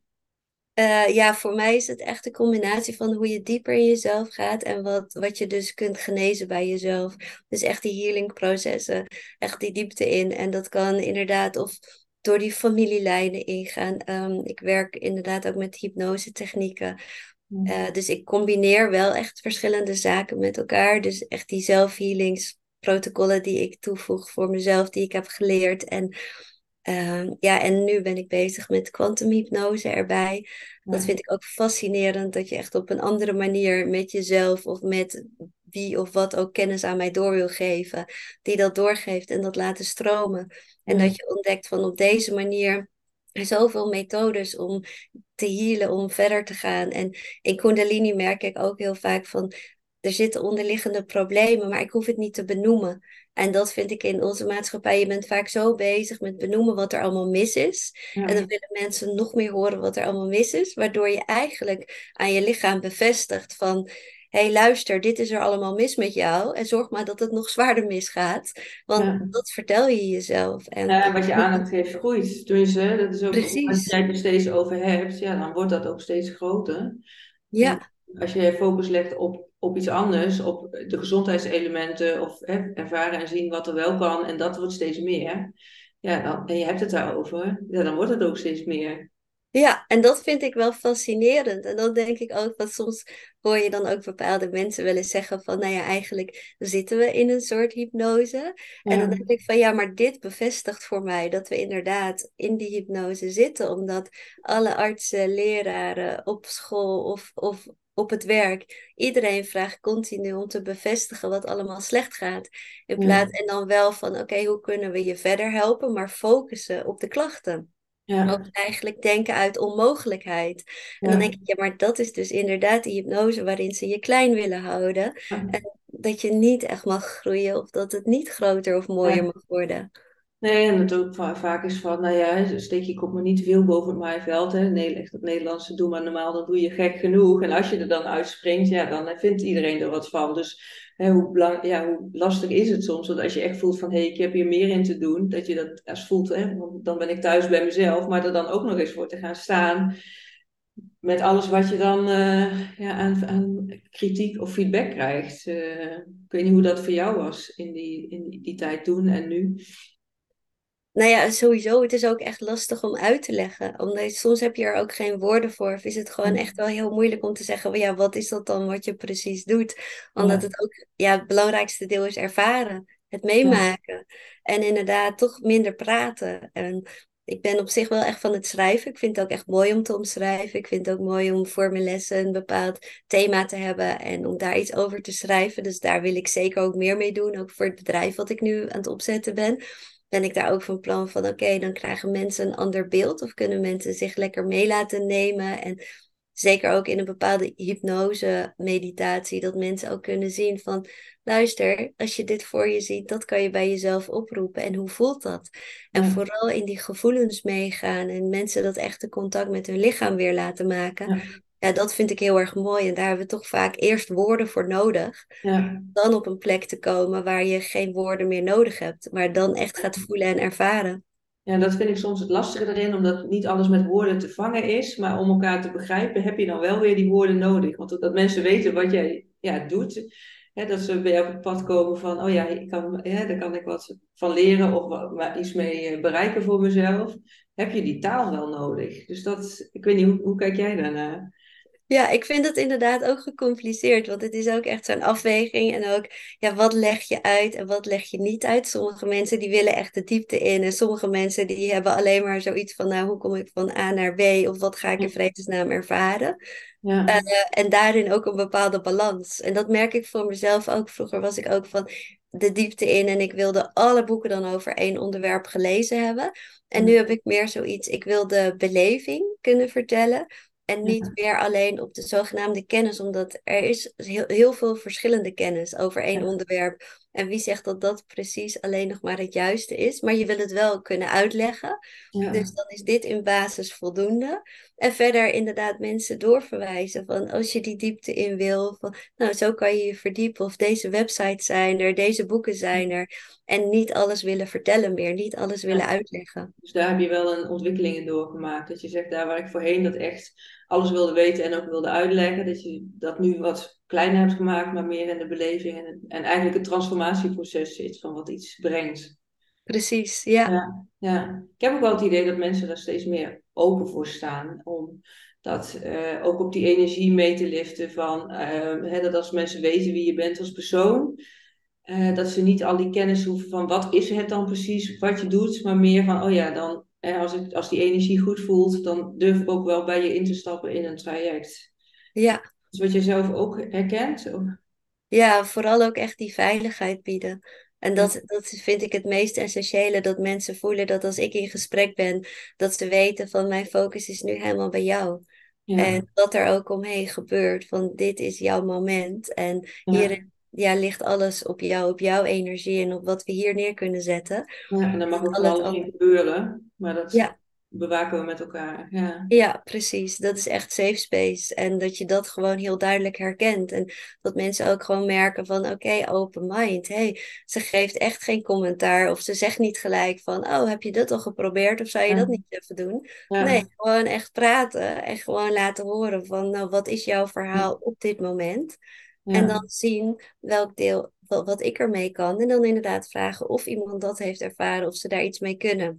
Eh, ja, voor mij is het echt een combinatie van hoe je dieper in jezelf gaat en wat, wat je dus kunt genezen bij jezelf. Dus echt die healing processen, echt die diepte in. En dat kan inderdaad of door die familielijnen ingaan. Ehm, ik werk inderdaad ook met hypnose technieken. Eh, dus ik combineer wel echt verschillende zaken met elkaar. Dus echt die zelfhealingsprotocollen die ik toevoeg voor mezelf, die ik heb geleerd. En Ehm, ja, en nu ben ik bezig met kwantumhypnose erbij. Dat Ja, vind ik ook fascinerend, dat je echt op een andere manier met jezelf of met wie of wat ook kennis aan mij door wil geven, die dat doorgeeft en dat laten stromen. En ja, dat je ontdekt van op deze manier er zoveel methodes om te healen, om verder te gaan. En in Kundalini merk ik ook heel vaak van, er zitten onderliggende problemen, maar ik hoef het niet te benoemen. En dat vind ik in onze maatschappij. Je bent vaak zo bezig met benoemen wat er allemaal mis is. En dan ja, willen mensen nog meer horen wat er allemaal mis is. Waardoor je eigenlijk aan je lichaam bevestigt van... Hé, hey, luister, dit is er allemaal mis met jou. En zorg maar dat het nog zwaarder misgaat. Want ja. dat vertel je jezelf. En Ja, wat je aandacht geeft groeit. Tenminste, dat is ook op het moment dat precies. jij het er steeds over hebt, ja, dan wordt dat ook steeds groter. En Ja, als je focus legt op, op iets anders, op de gezondheidselementen of hè, ervaren en zien wat er wel kan, en dat wordt steeds meer, ja, dan, en je hebt het daarover, ja, dan wordt het ook steeds meer. Ja, en dat vind ik wel fascinerend. En dan denk ik ook, want soms hoor je dan ook bepaalde mensen wel eens zeggen van, nou ja, eigenlijk zitten we in een soort hypnose. En dan Ja, denk ik van, ja, maar dit bevestigt voor mij dat we inderdaad in die hypnose zitten, omdat alle artsen, leraren op school of, of op het werk. Iedereen vraagt continu om te bevestigen wat allemaal slecht gaat. In ja, plaats, en dan wel van, oké, hoe kunnen we je verder helpen, maar focussen op de klachten. Ook ja, eigenlijk denken uit onmogelijkheid. En dan denk ja, ik, ja, maar dat is dus inderdaad die hypnose waarin ze je klein willen houden. ja. En dat je niet echt mag groeien of dat het niet groter of mooier Ja. mag worden. Nee, en het ook va- vaak is van, nou ja, steek je kop maar niet te veel boven het maaiveld. Hè. Nee, echt het Nederlandse, doe maar normaal, dan doe je gek genoeg. En als je er dan uitspringt, ja, dan eh, vindt iedereen er wat van. Dus hè, hoe, belang, ja, hoe lastig is het soms, dat als je echt voelt van, hé, hey, ik heb hier meer in te doen, dat je dat als voelt, hè, want dan ben ik thuis bij mezelf, maar er dan ook nog eens voor te gaan staan met alles wat je dan eh, ja, aan, aan kritiek of feedback krijgt. Eh, ik weet niet hoe dat voor jou was in die, in die, die tijd toen en nu. Nou ja, sowieso, het is ook echt lastig om uit te leggen. Omdat soms heb je er ook geen woorden voor. Of is het gewoon echt wel heel moeilijk om te zeggen, ja, wat is dat dan wat je precies doet? Omdat Ja, het ook, ja, het belangrijkste deel is ervaren, het ja, meemaken. En inderdaad, toch minder praten. En ik ben op zich wel echt van het schrijven. Ik vind het ook echt mooi om te omschrijven. Ik vind het ook mooi om voor mijn lessen een bepaald thema te hebben en om daar iets over te schrijven. Dus daar wil ik zeker ook meer mee doen. Ook voor het bedrijf wat ik nu aan het opzetten ben ben ik daar ook van plan van, oké, dan krijgen mensen een ander beeld of kunnen mensen zich lekker mee laten nemen. En zeker ook in een bepaalde hypnose, meditatie, dat mensen ook kunnen zien van, luister, als je dit voor je ziet, dat kan je bij jezelf oproepen. En hoe voelt dat? En ja, vooral in die gevoelens meegaan en mensen dat echte contact met hun lichaam weer laten maken. ja, Ja, dat vind ik heel erg mooi. En daar hebben we toch vaak eerst woorden voor nodig ja. dan op een plek te komen waar je geen woorden meer nodig hebt, maar dan echt gaat voelen en ervaren. Ja, dat vind ik soms het lastige erin, omdat niet alles met woorden te vangen is, maar om elkaar te begrijpen heb je dan wel weer die woorden nodig. Want dat mensen weten wat jij ja, doet, hè, dat ze bij jou op het pad komen van, oh ja, ik kan, hè, daar kan ik wat van leren of wat, maar iets mee eh, bereiken voor mezelf, heb je die taal wel nodig. Dus dat, ik weet niet, hoe, hoe kijk jij daarnaar? Ja, ik vind het inderdaad ook gecompliceerd, want het is ook echt zo'n afweging en ook, ja, wat leg je uit en wat leg je niet uit? Sommige mensen die willen echt de diepte in en sommige mensen die hebben alleen maar zoiets van, nou, hoe kom ik van A naar B of wat ga ik in vredesnaam ervaren? Ja, Eh, en daarin ook een bepaalde balans. En dat merk ik voor mezelf ook. Vroeger was ik ook van de diepte in en ik wilde alle boeken dan over één onderwerp gelezen hebben. En nu ja, heb ik meer zoiets, ik wil de beleving kunnen vertellen. En niet ja, meer alleen op de zogenaamde kennis, omdat er is heel, heel veel verschillende kennis over één ja, onderwerp. En wie zegt dat dat precies alleen nog maar het juiste is? Maar je wil het wel kunnen uitleggen. ja, Dus dan is dit in basis voldoende. En verder inderdaad mensen doorverwijzen van als je die diepte in wil, van nou zo kan je je verdiepen of deze websites zijn er, deze boeken zijn er. En niet alles willen vertellen meer, niet alles willen ja. uitleggen. Dus daar heb je wel een ontwikkeling in doorgemaakt. Dat je zegt, daar waar ik voorheen dat echt alles wilde weten en ook wilde uitleggen, dat je dat nu wat kleiner hebt gemaakt, maar meer in de beleving en, en eigenlijk het transformatieproces zit van wat iets brengt. Precies, ja. Ja, ja. Ik heb ook wel het idee dat mensen daar steeds meer open voor staan om dat eh, ook op die energie mee te liften van eh, hè, dat als mensen weten wie je bent als persoon, eh, dat ze niet al die kennis hoeven van wat is het dan precies wat je doet, maar meer van, oh ja, dan eh, als, ik, als die energie goed voelt, dan durf ik ook wel bij je in te stappen in een traject. Ja, Dus wat je zelf ook herkent. Of, ja, vooral ook echt die veiligheid bieden. En ja, dat, dat vind ik het meest essentiële, dat mensen voelen dat als ik in gesprek ben, dat ze weten van mijn focus is nu helemaal bij jou. ja, En wat er ook omheen gebeurt, van dit is jouw moment. En ja, hier ja, ligt alles op jou, op jouw energie en op wat we hier neer kunnen zetten. ja. En daar mag En ook al van het alles in andere. gebeuren, maar dat Ja, bewaken we met elkaar. Ja, ja, precies. Dat is echt safe space. En dat je dat gewoon heel duidelijk herkent. En dat mensen ook gewoon merken van oké, open mind. Hey, ze geeft echt geen commentaar. Of ze zegt niet gelijk van oh, heb je dat al geprobeerd? Of zou je dat ja, niet even doen? Nee, ja, gewoon echt praten. En gewoon laten horen van nou, wat is jouw verhaal op dit moment? En dan ja. zien welk deel, wat, wat ik ermee kan. En dan inderdaad vragen of iemand dat heeft ervaren. Of ze daar iets mee kunnen.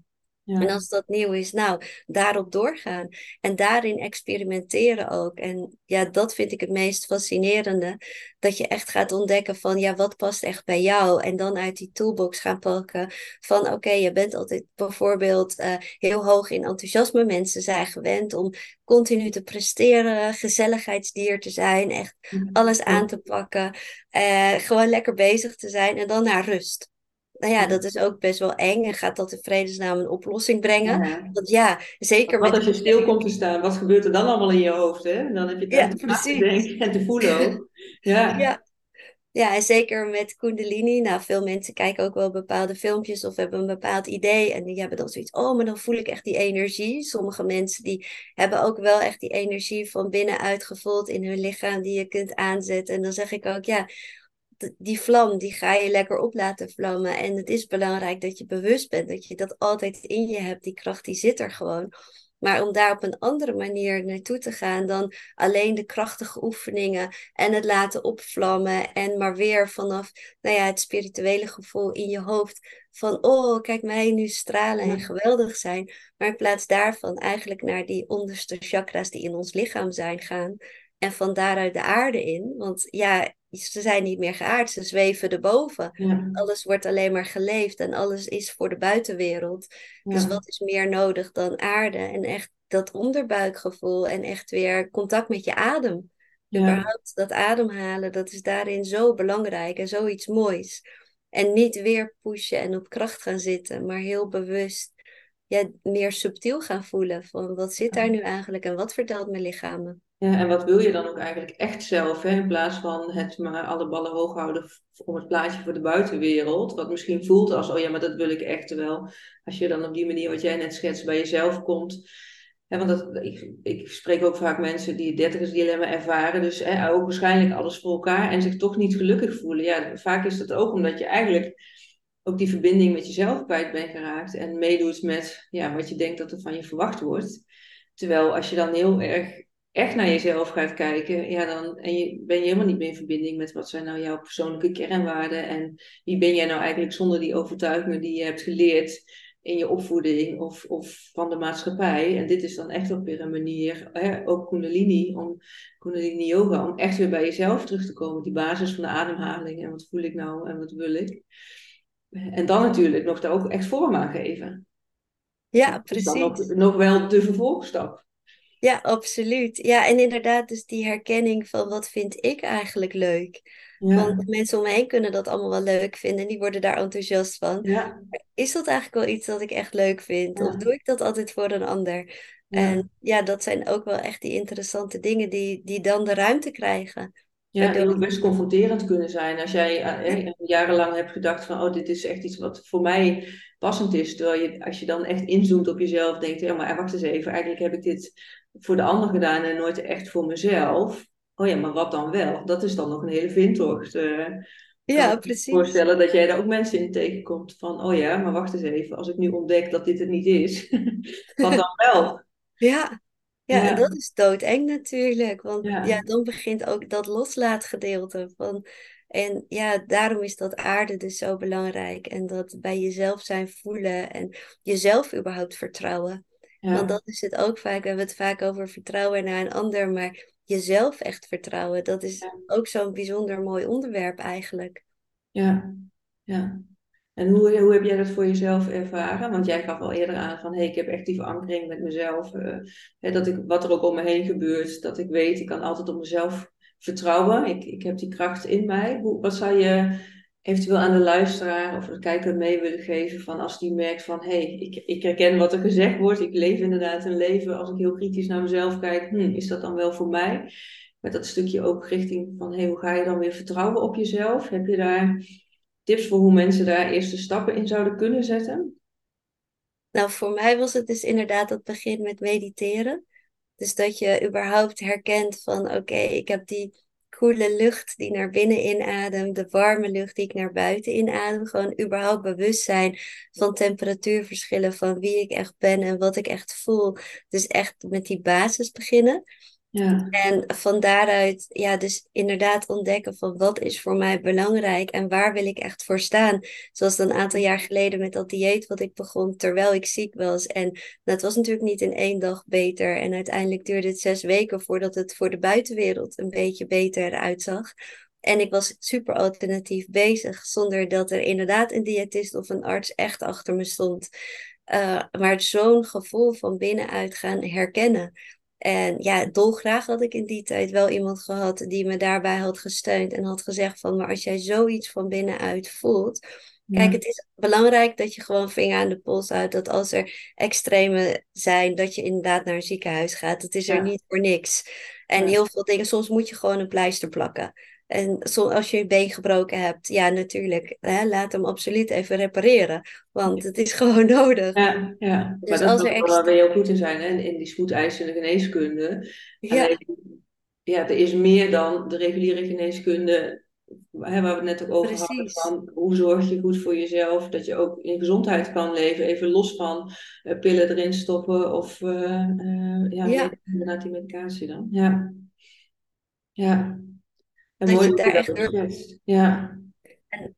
En ja, als dat nieuw is, nou, daarop doorgaan. En daarin experimenteren ook. En ja, dat vind ik het meest fascinerende. Dat je echt gaat ontdekken van, ja, wat past echt bij jou? En dan uit die toolbox gaan pakken van, oké, je bent altijd bijvoorbeeld eh, heel hoog in enthousiasme. Mensen zijn gewend om continu te presteren, gezelligheidsdier te zijn, echt alles aan ja, te pakken. eh, gewoon lekker bezig te zijn en dan naar rust. Nou ja, dat ja. is ook best wel eng en gaat dat in vredesnaam een oplossing brengen. Ja. Want ja, zeker Wat met als je stil Kundalini. komt te staan, wat gebeurt er dan allemaal in je hoofd? Hè? Dan heb je Ja, tijd om na te precies. denken en te voelen ook. Ja, Ja. Ja, en zeker met Kundalini. Nou, veel mensen kijken ook wel bepaalde filmpjes of hebben een bepaald idee. En die hebben dan zoiets, oh, maar dan voel ik echt die energie. Sommige mensen die hebben ook wel echt die energie van binnenuit gevoeld in hun lichaam die je kunt aanzetten. En dan zeg ik ook, ja, d- die vlam, die ga je lekker op laten vlammen. En het is belangrijk dat je bewust bent, dat je dat altijd in je hebt. Die kracht, die zit er gewoon. Maar om daar op een andere manier naartoe te gaan dan alleen de krachtige oefeningen en het laten opvlammen en maar weer vanaf, nou ja, het spirituele gevoel in je hoofd van, oh, kijk mij nu stralen en ja, geweldig zijn. Maar in plaats daarvan eigenlijk naar die onderste chakra's die in ons lichaam zijn gaan. En van daaruit de aarde in. Want ja, ze zijn niet meer geaard, ze zweven erboven. ja, Alles wordt alleen maar geleefd en alles is voor de buitenwereld. Dus ja, wat is meer nodig dan aarde? En echt dat onderbuikgevoel en echt weer contact met je adem. ja, Überhaupt dat ademhalen, dat is daarin zo belangrijk en zoiets moois. En niet weer pushen en op kracht gaan zitten, maar heel bewust ja, meer subtiel gaan voelen van wat zit daar nu eigenlijk en wat vertelt mijn lichaam me? ja. En wat wil je dan ook eigenlijk echt zelf, hè? In plaats van het maar alle ballen hoog houden f- om het plaatje voor de buitenwereld. Wat misschien voelt als, oh ja, maar dat wil ik echt. Terwijl als je dan op die manier wat jij net schetst bij jezelf komt. Hè, want dat, ik, ik spreek ook vaak mensen die het dertigersdilemma ervaren. Dus hè, ook waarschijnlijk alles voor elkaar en zich toch niet gelukkig voelen. Ja, vaak is dat ook omdat je eigenlijk ook die verbinding met jezelf kwijt bent geraakt. En meedoet met ja, wat je denkt dat er van je verwacht wordt. Terwijl als je dan heel erg echt naar jezelf gaat kijken, ja, dan en je, ben je helemaal niet meer in verbinding met wat zijn nou jouw persoonlijke kernwaarden en wie ben jij nou eigenlijk zonder die overtuigingen die je hebt geleerd in je opvoeding of, of van de maatschappij. En dit is dan echt ook weer een manier, hè, ook Kundalini, om Kundalini Yoga, om echt weer bij jezelf terug te komen, die basis van de ademhaling en wat voel ik nou en wat wil ik. En dan natuurlijk nog daar ook echt vorm aan geven. Dat Ja, is dan nog, precies. nog wel de vervolgstap. Ja, absoluut. Ja, en inderdaad, dus die herkenning van wat vind ik eigenlijk leuk. Ja, Want mensen om me heen kunnen dat allemaal wel leuk vinden en die worden daar enthousiast van. ja, Maar is dat eigenlijk wel iets dat ik echt leuk vind? Of ja. doe ik dat altijd voor een ander? Ja, En ja, dat zijn ook wel echt die interessante dingen die, die dan de ruimte krijgen. ja, Waardoor die ook je, best confronterend kunnen zijn. Als jij eh, eh, jarenlang hebt gedacht van, oh, dit is echt iets wat voor mij passend is. Terwijl je, als je dan echt inzoomt op jezelf, denkt, ja, maar wacht eens even, eigenlijk heb ik dit voor de ander gedaan en nooit echt voor mezelf. Oh ja, maar wat dan wel? Dat is dan nog een hele vindtocht. Eh, kan ja, ik me precies. voorstellen dat jij daar ook mensen in tegenkomt van, oh ja, maar wacht eens even, als ik nu ontdek dat dit het niet is, wat dan wel? Ja, ja, en Ja, dat is doodeng natuurlijk, want ja, ja, dan begint ook dat loslaatgedeelte van, en ja, daarom is dat aarde dus zo belangrijk en dat bij jezelf zijn voelen en jezelf überhaupt vertrouwen. Want ja. dat is het ook vaak, we hebben het vaak over vertrouwen naar een ander, maar jezelf echt vertrouwen, dat is ook zo'n bijzonder mooi onderwerp eigenlijk. Ja, ja. En hoe, hoe heb jij dat voor jezelf ervaren? Want jij gaf al eerder aan van, hey, ik heb echt die verankering met mezelf. eh, hè, dat ik, wat er ook om me heen gebeurt, dat ik weet, ik kan altijd op mezelf vertrouwen. Ik, ik heb die kracht in mij. Hoe, wat zou je eventueel aan de luisteraar of de kijker mee willen geven van als die merkt van, hey, ik, ik herken wat er gezegd wordt. Ik leef inderdaad een leven, als ik heel kritisch naar mezelf kijk, hm, is dat dan wel voor mij? Met dat stukje ook richting van, hey, hoe ga je dan weer vertrouwen op jezelf? Heb je daar tips voor hoe mensen daar eerste stappen in zouden kunnen zetten? Nou, voor mij was het dus inderdaad dat begin met mediteren. Dus dat je überhaupt herkent van oké, ik heb die koele lucht die naar binnen inadem, de warme lucht die ik naar buiten inadem. Gewoon überhaupt bewust zijn van temperatuurverschillen, van wie ik echt ben en wat ik echt voel. Dus echt met die basis beginnen. Ja. En van daaruit, ja, dus inderdaad ontdekken van wat is voor mij belangrijk en waar wil ik echt voor staan. Zoals een aantal jaar geleden met dat dieet wat ik begon terwijl ik ziek was. En dat was natuurlijk niet in één dag beter. En uiteindelijk duurde het zes weken voordat het voor de buitenwereld een beetje beter uitzag. En ik was super alternatief bezig, zonder dat er inderdaad een diëtist of een arts echt achter me stond. Uh, maar zo'n gevoel van binnenuit gaan herkennen. En ja, dolgraag had ik in die tijd wel iemand gehad die me daarbij had gesteund en had gezegd van, maar als jij zoiets van binnenuit voelt, kijk, Ja. het is belangrijk dat je gewoon vinger aan de pols houdt, dat als er extreme zijn, dat je inderdaad naar een ziekenhuis gaat. Het is er Ja. niet voor niks. En Ja. heel veel dingen, soms moet je gewoon een pleister plakken. En zo, als je je been gebroken hebt, ja, natuurlijk, hè, laat hem absoluut even repareren, want het is gewoon nodig. Ja, ja, maar Dus dat is als er ook wel waar we extra... heel goed in zijn, hè? In die spoedeisende geneeskunde. Alleen, Ja, ja, er is meer dan de reguliere geneeskunde, hè, waar we het net ook over hadden, precies. van hoe zorg je goed voor jezelf, dat je ook in gezondheid kan leven, even los van eh, pillen erin stoppen of eh, eh, ja, Ja, med- inderdaad die medicatie dan. Ja, ja. En dat mooi je hoe je daar dat echt ook door... schetst. Ja, En,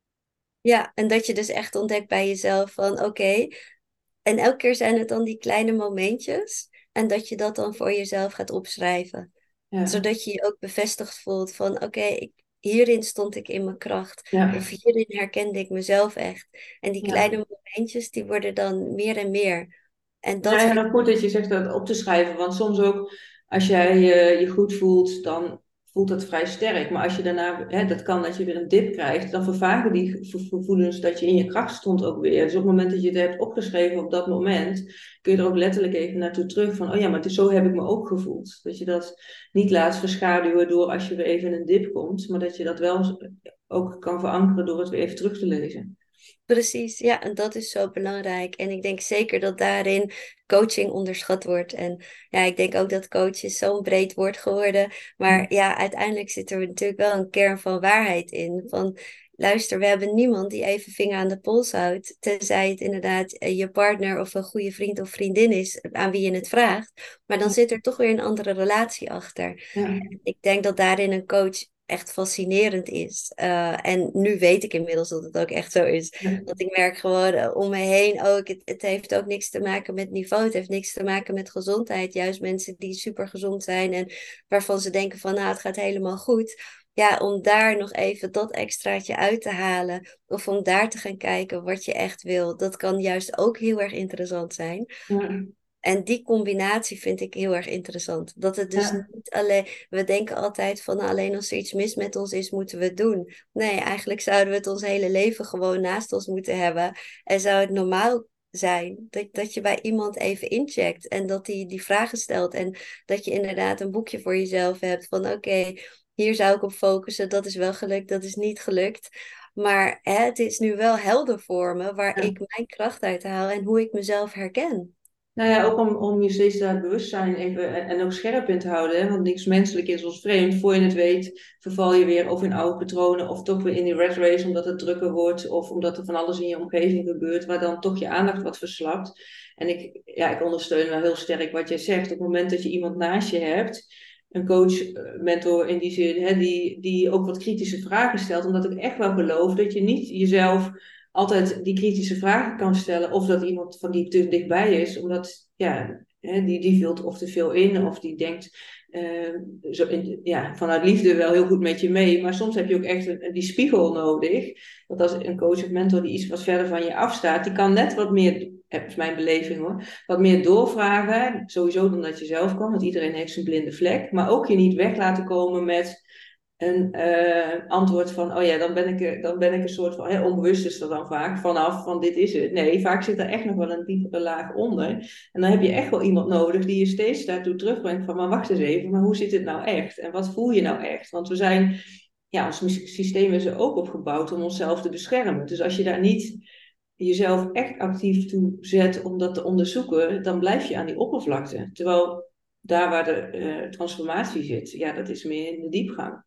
ja, en dat je dus echt ontdekt bij jezelf van oké, en elke keer zijn het dan die kleine momentjes en dat je dat dan voor jezelf gaat opschrijven. ja, Zodat je je ook bevestigd voelt van oké, ik hierin stond ik in mijn kracht. Of ja, hierin herkende ik mezelf echt. En die ja. kleine momentjes, die worden dan meer en meer. En Ja, dat ja, vind dan goed dat je zegt dat op te schrijven. Want soms ook, als jij je, je goed voelt, dan voelt dat vrij sterk. Maar als je daarna, hè, dat kan dat je weer een dip krijgt, dan vervagen die ge- gevoelens dat je in je kracht stond ook weer. Dus op het moment dat je het hebt opgeschreven op dat moment, kun je er ook letterlijk even naartoe terug van, oh ja, maar het is, zo heb ik me ook gevoeld. Dat je dat niet laat verschaduwen door als je weer even in een dip komt, maar dat je dat wel ook kan verankeren door het weer even terug te lezen. Precies, ja, en dat is zo belangrijk. En ik denk zeker dat daarin coaching onderschat wordt. En ja, ik denk ook dat coach is zo'n breed woord geworden. Maar ja, uiteindelijk zit er natuurlijk wel een kern van waarheid in. Van luister, we hebben niemand die even vinger aan de pols houdt. Tenzij het inderdaad eh, je partner of een goede vriend of vriendin is aan wie je het vraagt. Maar dan zit er toch weer een andere relatie achter. Ja, Ik denk dat daarin een coach echt fascinerend is. Uh, en nu weet ik inmiddels dat het ook echt zo is. ja, Want ik merk gewoon uh, om me heen ook, het, het heeft ook niks te maken met niveau. Het heeft niks te maken met gezondheid. Juist mensen die super gezond zijn en waarvan ze denken van nou, het gaat helemaal goed. Ja, om daar nog even dat extraatje uit te halen. Of om daar te gaan kijken wat je echt wil. Dat kan juist ook heel erg interessant zijn. ja, En die combinatie vind ik heel erg interessant. Dat het dus ja, niet alleen, we denken altijd van nou, alleen als er iets mis met ons is, moeten we het doen. Nee, eigenlijk zouden we het ons hele leven gewoon naast ons moeten hebben. En zou het normaal zijn dat, dat je bij iemand even incheckt en dat die die vragen stelt. En dat je inderdaad een boekje voor jezelf hebt van oké, hier zou ik op focussen. Dat is wel gelukt, dat is niet gelukt. Maar hè, het is nu wel helder voor me waar ja. ik mijn kracht uit haal en hoe ik mezelf herken. Nou ja, ook om, om je steeds daar bewustzijn even en, en ook scherp in te houden. Hè? Want niks menselijk is ons vreemd. Voor je het weet, verval je weer of in oude patronen of toch weer in die rat race omdat het drukker wordt of omdat er van alles in je omgeving gebeurt, waar dan toch je aandacht wat verslapt. En ik, ja, ik ondersteun wel heel sterk wat jij zegt. Op het moment dat je iemand naast je hebt, een coach, eh, mentor in die zin, hè, die, die ook wat kritische vragen stelt, omdat ik echt wel geloof dat je niet jezelf altijd die kritische vragen kan stellen. Of dat iemand van die te dichtbij is, omdat ja, hè, die, die vult of te veel in, of die denkt eh, zo in, ja, vanuit liefde wel heel goed met je mee. Maar soms heb je ook echt een, die spiegel nodig. Want als een coach of mentor die iets wat verder van je afstaat, die kan net wat meer, dat is mijn beleving hoor, wat meer doorvragen. Sowieso dan dat je zelf kan, want iedereen heeft zijn blinde vlek. Maar ook je niet weg laten komen met een eh, antwoord van, oh ja, dan ben ik, er- dan ben ik een soort van, hè, onbewust is er dan vaak, vanaf van dit is het. Nee, vaak zit er echt nog wel een diepere laag onder. En dan heb je echt wel iemand nodig die je steeds daartoe terugbrengt van, maar wacht eens even, maar hoe zit het nou echt? En wat voel je nou echt? Want we zijn, ja, ons sy- systeem is er ook op gebouwd om onszelf te beschermen. Dus als je daar niet jezelf echt actief toe zet om dat te onderzoeken, dan blijf je aan die oppervlakte. Terwijl daar waar de eh, transformatie zit, ja, dat is meer in de diepgang.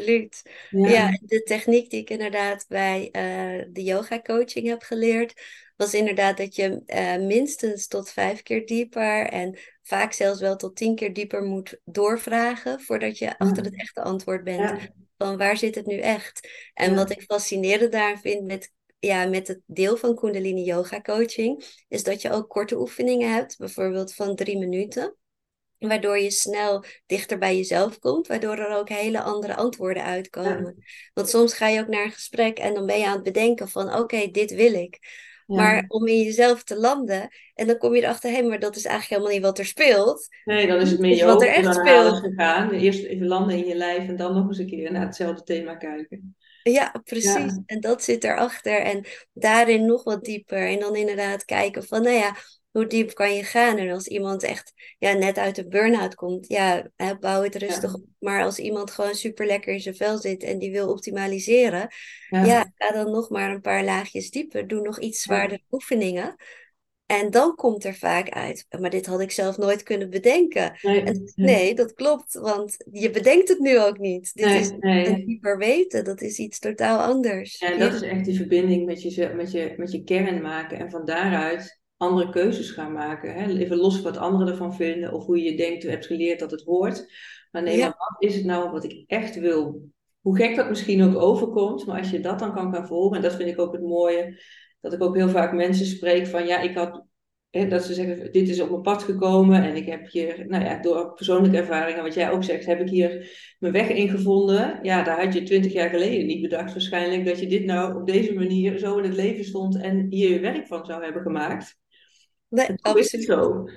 Absoluut. Ja, Ja, de techniek die ik inderdaad bij eh, de yoga coaching heb geleerd, was inderdaad dat je eh, minstens tot vijf keer dieper en vaak zelfs wel tot tien keer dieper moet doorvragen voordat je achter het echte antwoord bent. Ja, Van waar zit het nu echt? En wat ja, ik fascinerend daarin vind met, ja, met het deel van Kundalini Yoga coaching, is dat je ook korte oefeningen hebt, bijvoorbeeld van drie minuten. Waardoor je snel dichter bij jezelf komt, waardoor er ook hele andere antwoorden ja, uitkomen. Want soms ga je ook naar een gesprek en dan ben je aan het bedenken van oké, dit wil ik. ja. Maar om in jezelf te landen en dan kom je erachter, hé, maar dat is eigenlijk helemaal niet wat er speelt. Nee, dan is het Dit meer is je wat er hoofd echt dan halen speelt. gegaan. Eerst even landen in je lijf en dan nog eens een keer naar hetzelfde thema kijken. Ja, precies. Ja, En dat zit erachter. En daarin nog wat dieper. En dan inderdaad kijken van, nou ja, hoe diep kan je gaan? En als iemand echt ja, net uit de burn-out komt, ja, hè, bouw het rustig ja, op. Maar als iemand gewoon super lekker in zijn vel zit en die wil optimaliseren, ja, ja, ga dan nog maar een paar laagjes dieper. Doe nog iets ja. zwaardere oefeningen. En dan komt er vaak uit, maar dit had ik zelf nooit kunnen bedenken. En Nee, nee, nee, dat klopt, want je bedenkt het nu ook niet. Dit is nee, een nee. dieper weten, dat is iets totaal anders. Ja, en Ja, dat is echt die verbinding met je, met je, met je kern maken en van daaruit andere keuzes gaan maken. Hè? Even los van wat anderen ervan vinden of hoe je denkt, hebt geleerd dat het hoort. Maar nee, maar ja, wat is het nou wat ik echt wil? Hoe gek dat misschien ook overkomt, maar als je dat dan kan gaan volgen, en dat vind ik ook het mooie, dat ik ook heel vaak mensen spreek van ja, ik had, hè, dat ze zeggen, dit is op mijn pad gekomen en ik heb hier, nou ja, door persoonlijke ervaringen, wat jij ook zegt, heb ik hier mijn weg ingevonden. Ja, daar had je twintig jaar geleden niet bedacht waarschijnlijk dat je dit nou op deze manier zo in het leven stond en hier je werk van zou hebben gemaakt. nee, En toch is het absoluut. zo.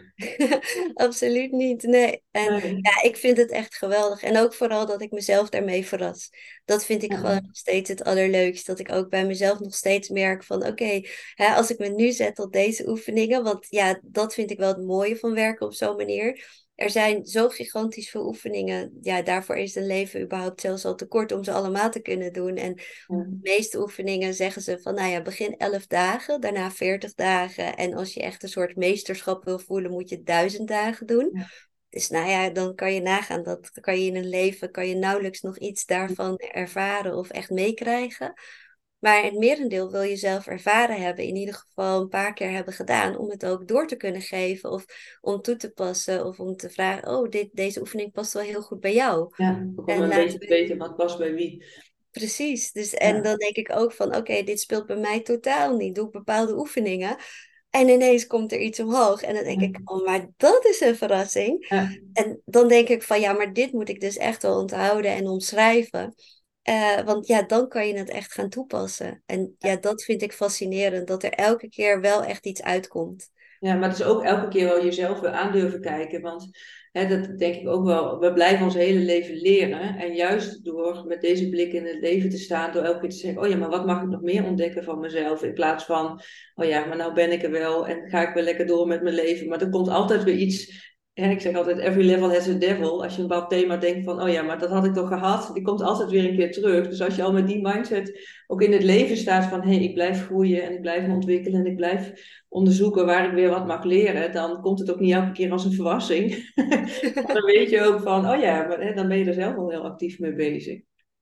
Absoluut niet, nee. En Nee. ja, ik vind het echt geweldig. En ook vooral dat ik mezelf daarmee verras. Dat vind ik gewoon Ja, nog steeds het allerleukst. Dat ik ook bij mezelf nog steeds merk van oké, hè, als ik me nu zet tot deze oefeningen, want ja, dat vind ik wel het mooie van werken op zo'n manier. Er zijn zo gigantisch veel oefeningen. Ja, daarvoor is een leven überhaupt zelfs al te kort om ze allemaal te kunnen doen. En ja, de meeste oefeningen zeggen ze van, nou ja, begin elf dagen, daarna veertig dagen. En als je echt een soort meesterschap wil voelen, moet je duizend dagen doen. ja, Dus nou ja, dan kan je nagaan, dat kan je in een leven, kan je nauwelijks nog iets daarvan ervaren of echt meekrijgen. Maar het merendeel wil je zelf ervaren hebben, in ieder geval een paar keer hebben gedaan, om het ook door te kunnen geven of om toe te passen of om te vragen, oh, dit, deze oefening past wel heel goed bij jou. ja. Ook om En een beetje laten te we weten wat past bij wie. Precies, dus en Ja, dan denk ik ook van oké, dit speelt bij mij totaal niet. Doe ik bepaalde oefeningen en ineens komt er iets omhoog en dan denk ja, ik, oh, maar dat is een verrassing. ja, En dan denk ik van ja, maar dit moet ik dus echt wel onthouden en omschrijven. Eh, want ja, dan kan je het echt gaan toepassen. En ja, dat vind ik fascinerend, dat er elke keer wel echt iets uitkomt. ja, maar het is ook elke keer wel jezelf weer aan durven kijken. Want hè, dat denk ik ook wel. We blijven ons hele leven leren. En juist door met deze blik in het leven te staan, door elke keer te zeggen: oh ja, maar wat mag ik nog meer ontdekken van mezelf? In plaats van: oh ja, maar nou ben ik er wel en ga ik weer lekker door met mijn leven. Maar er komt altijd weer iets. Hè, ik zeg altijd: every level has a devil. Als je een bepaald thema denkt van: oh ja, maar dat had ik toch gehad. Die komt altijd weer een keer terug. Dus als je al met die mindset ook in het leven staat van: hé, hey, ik blijf groeien en ik blijf me ontwikkelen en ik blijf onderzoeken waar ik weer wat mag leren, dan komt het ook niet elke keer als een verrassing. Maar dan weet je ook van, oh ja, maar, hè, dan ben je er zelf al heel actief mee bezig.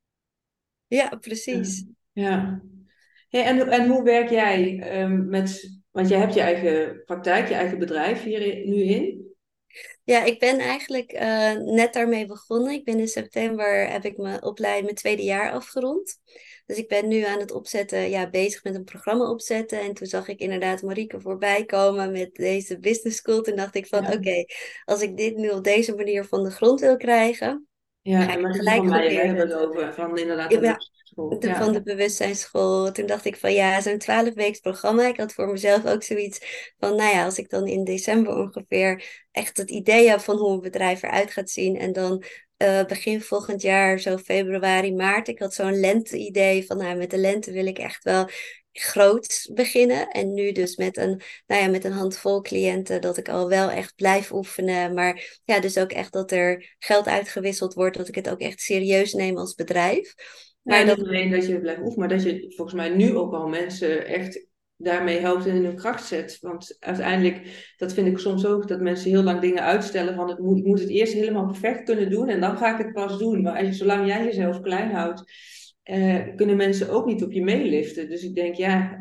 Ja, Ja. precies. Ja. Hey, en, en hoe werk jij ehm, met, want jij hebt je eigen praktijk, je eigen bedrijf hier i- nu in? Ja, ik ben eigenlijk eh, net daarmee begonnen. Ik ben in september heb ik mijn opleiding, mijn tweede jaar afgerond. Dus ik ben nu aan het opzetten, ja, bezig met een programma opzetten. En toen zag ik inderdaad Marieke voorbij komen met deze business school. Toen dacht ik van, Ja. oké, als ik dit nu op deze manier van de grond wil krijgen, Ja, ga en ik het Marieke gelijk van Meijer, hè, hebben proberen. we het over, van inderdaad de Ja, bewustzijnsschool. de, van de Ja. bewustzijnsschool. Toen dacht ik van ja, zo'n twaalf weeks programma. Ik had voor mezelf ook zoiets van, nou ja, als ik dan in december ongeveer echt het idee heb van hoe een bedrijf eruit gaat zien. En dan eh, begin volgend jaar, zo februari, maart. Ik had zo'n lente-idee van, nou, met de lente wil ik echt wel groots beginnen. En nu dus met een, nou ja, met een handvol cliënten dat ik al wel echt blijf oefenen. Maar ja, dus ook echt dat er geld uitgewisseld wordt. Dat ik het ook echt serieus neem als bedrijf. Ja, Maar en niet dat alleen dat je blijft oefenen, maar dat je volgens mij nu ook al mensen echt daarmee helpt en in hun kracht zet. Want uiteindelijk, dat vind ik soms ook, dat mensen heel lang dingen uitstellen van het moet, ik moet het eerst helemaal perfect kunnen doen en dan ga ik het pas doen. Maar als je, zolang jij jezelf klein houdt, eh, kunnen mensen ook niet op je meeliften. Dus ik denk, ja,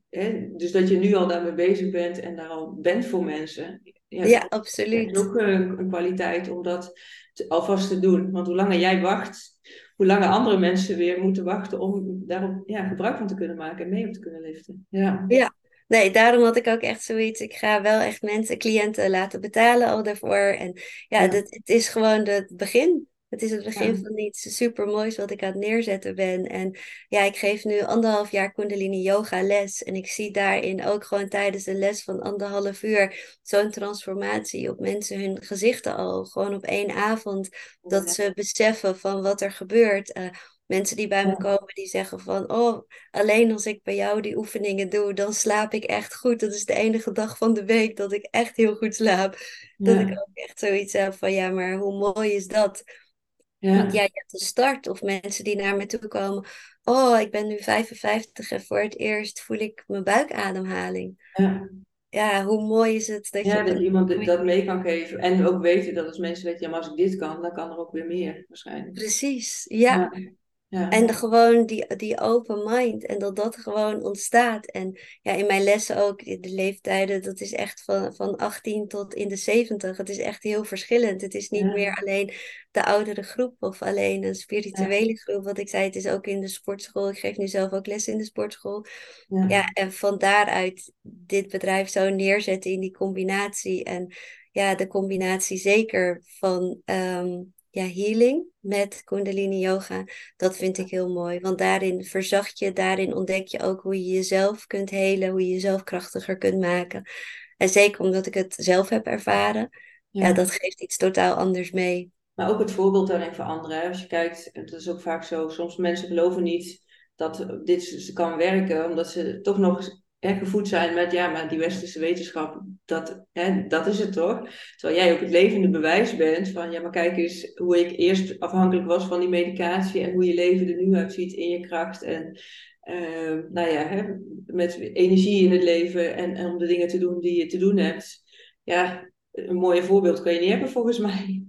hè, dus dat je nu al daarmee bezig bent en daar al bent voor mensen. Ja, Ja, dat is absoluut. ook een, een kwaliteit om dat te- alvast te doen. Want hoe langer jij wacht, hoe langer andere mensen weer moeten wachten om daarop ja, gebruik van te kunnen maken en mee op te kunnen liften. Ja, Ja, nee, daarom had ik ook echt zoiets. Ik ga wel echt mensen, cliënten laten betalen al daarvoor. En ja, ja, dat, het is gewoon de- het begin. Het is het begin ja, van iets super moois wat ik aan het neerzetten ben. En ja, ik geef nu anderhalf jaar Kundalini yoga les. En ik zie daarin ook gewoon tijdens een les van anderhalf uur zo'n transformatie op mensen hun gezichten al. Gewoon op één avond. Dat ze beseffen van wat er gebeurt. Eh, mensen die bij me ja, komen, die zeggen van, oh, alleen als ik bij jou die oefeningen doe, dan slaap ik echt goed. Dat is de enige dag van de week dat ik echt heel goed slaap. Dat ik ja, ook echt zoiets heb van, ja, maar hoe mooi is dat? Want ja, ja, je hebt de start of mensen die naar me toe komen. Oh, ik ben nu vijfenvijftig en voor het eerst voel ik mijn buikademhaling. ja. Ja, hoe mooi is het dat je Ja, dat een... iemand dit- dat mee kan geven. En ook weten dat als mensen weten, ja, maar als ik dit kan, dan kan er ook weer meer waarschijnlijk. Precies, ja. Ja, ja, En de, gewoon die, die open mind en dat dat gewoon ontstaat. En ja, in mijn lessen ook, de leeftijden, dat is echt van, van achttien tot in de zeventig. Het is echt heel verschillend. Het is niet ja, meer alleen de oudere groep of alleen een ja, spirituele groep. Wat ik zei, het is ook in de sportschool. Ik geef nu zelf ook les in de sportschool. Ja, ja, en van daaruit dit bedrijf zo neerzetten in die combinatie. En ja, de combinatie zeker van ehm, ja, healing met Kundalini Yoga. Dat vind ik heel mooi, want daarin verzacht je, daarin ontdek je ook hoe je jezelf kunt helen, hoe je jezelf krachtiger kunt maken. En zeker omdat ik het zelf heb ervaren, ja, ja. dat geeft iets totaal anders mee. Maar ook het voorbeeld daarin veranderen. Hè. Als je kijkt, het is ook vaak zo, soms mensen geloven niet dat dit ze kan werken, omdat ze toch nog hè, gevoed zijn met, ja, maar die westerse wetenschap, dat, hè, dat is het toch? Terwijl jij ook het levende bewijs bent van, ja, maar kijk eens hoe ik eerst afhankelijk was van die medicatie en hoe je leven er nu uitziet in je kracht. En eh, nou ja, hè, met energie in het leven en, en om de dingen te doen die je te doen hebt. Ja, een mooie voorbeeld kan je niet hebben volgens mij.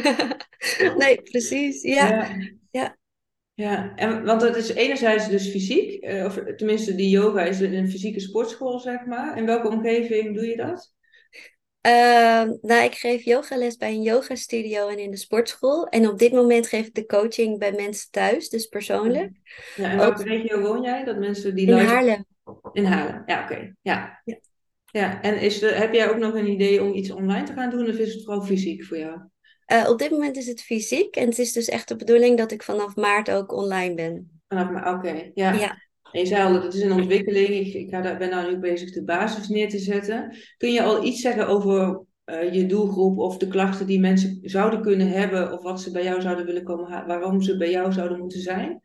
Nee, precies. Ja, Ja, ja. ja. En, want dat is enerzijds dus fysiek, eh, of tenminste die yoga is in een fysieke sportschool, zeg maar. In welke omgeving doe je dat? Ehm, nou, ik geef yogales bij een yogastudio en in de sportschool. En op dit moment geef ik de coaching bij mensen thuis, dus Ja. persoonlijk. Ja, in welke Ook regio woon jij? Dat mensen die in luisteren Haarlem. in Haarlem. Ja, oké. Ja. Ja. Ja. En is er, heb jij ook nog een idee om iets online te gaan doen, of is het vooral fysiek voor jou? Eh, op dit moment is het fysiek en het is dus echt de bedoeling dat ik vanaf maart ook online ben. Vanaf maar, oké. Ja. Ja. En je zei al, dat het is een ontwikkeling. Ik, ik ga daar, ben daar nu bezig de basis neer te zetten. Kun je al iets zeggen over eh, je doelgroep of de klachten die mensen zouden kunnen hebben, of wat ze bij jou zouden willen komen halen, waarom ze bij jou zouden moeten zijn?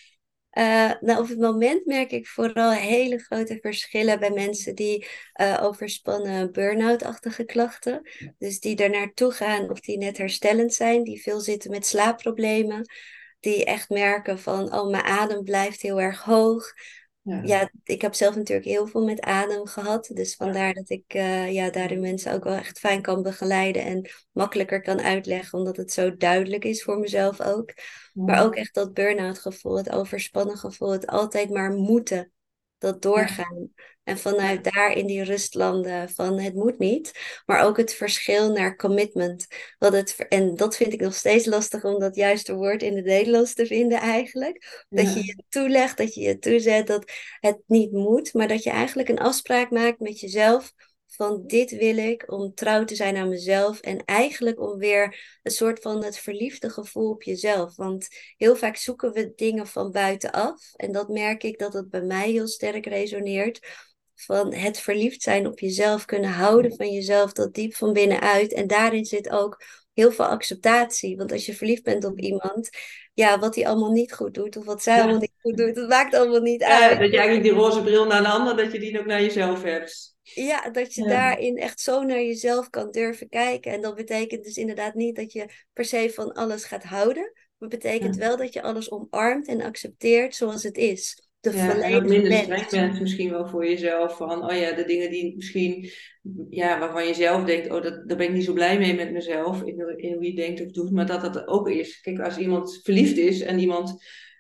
Eh, nou, op het moment merk ik vooral hele grote verschillen bij mensen die eh, overspannen burn-out-achtige klachten. Dus die er naartoe gaan of die net herstellend zijn, die veel zitten met slaapproblemen. Die echt merken van, oh, mijn adem blijft heel erg hoog. Ja. Ja, ik heb zelf natuurlijk heel veel met adem gehad. Dus Ja. vandaar dat ik eh, ja, daarin mensen ook wel echt fijn kan begeleiden en makkelijker kan uitleggen, omdat het zo duidelijk is voor mezelf ook. Maar ook echt dat burn-out gevoel, het overspannen gevoel, het altijd maar moeten, dat Ja. doorgaan. En vanuit Ja. daar in die rustlanden van het moet niet, maar ook het verschil naar commitment. Wat het, en dat vind ik nog steeds lastig om dat juiste woord in het Nederlands te vinden eigenlijk. Dat je Ja. je toelegt, dat je je toezet, dat het niet moet, maar dat je eigenlijk een afspraak maakt met jezelf van dit wil ik om trouw te zijn aan mezelf en eigenlijk om weer een soort van het verliefde gevoel op jezelf. Want heel vaak zoeken we dingen van buitenaf en dat merk ik dat het bij mij heel sterk resoneert. Van het verliefd zijn op jezelf, kunnen houden van jezelf, dat diep van binnenuit. En daarin zit ook heel veel acceptatie. Want als je verliefd bent op iemand, ja, wat hij allemaal niet goed doet, of wat zij allemaal Ja. niet goed doet, dat maakt allemaal niet Ja, uit. dat je eigenlijk die roze bril naar een ander, dat je die ook naar jezelf hebt. Ja, dat je Ja. daarin echt zo naar jezelf kan durven kijken. En dat betekent dus inderdaad niet dat je per se van alles gaat houden. Maar het betekent Ja. wel dat je alles omarmt en accepteert zoals het is. De Ja, en ook volledige minder streng mens. bent misschien wel voor jezelf. Van, oh ja, de dingen die misschien, ja, waarvan je zelf denkt, oh, dat, daar ben ik niet zo blij mee met mezelf. In, hoe- in hoe je denkt of doet, maar dat dat er ook is. Kijk, als iemand verliefd is en iemand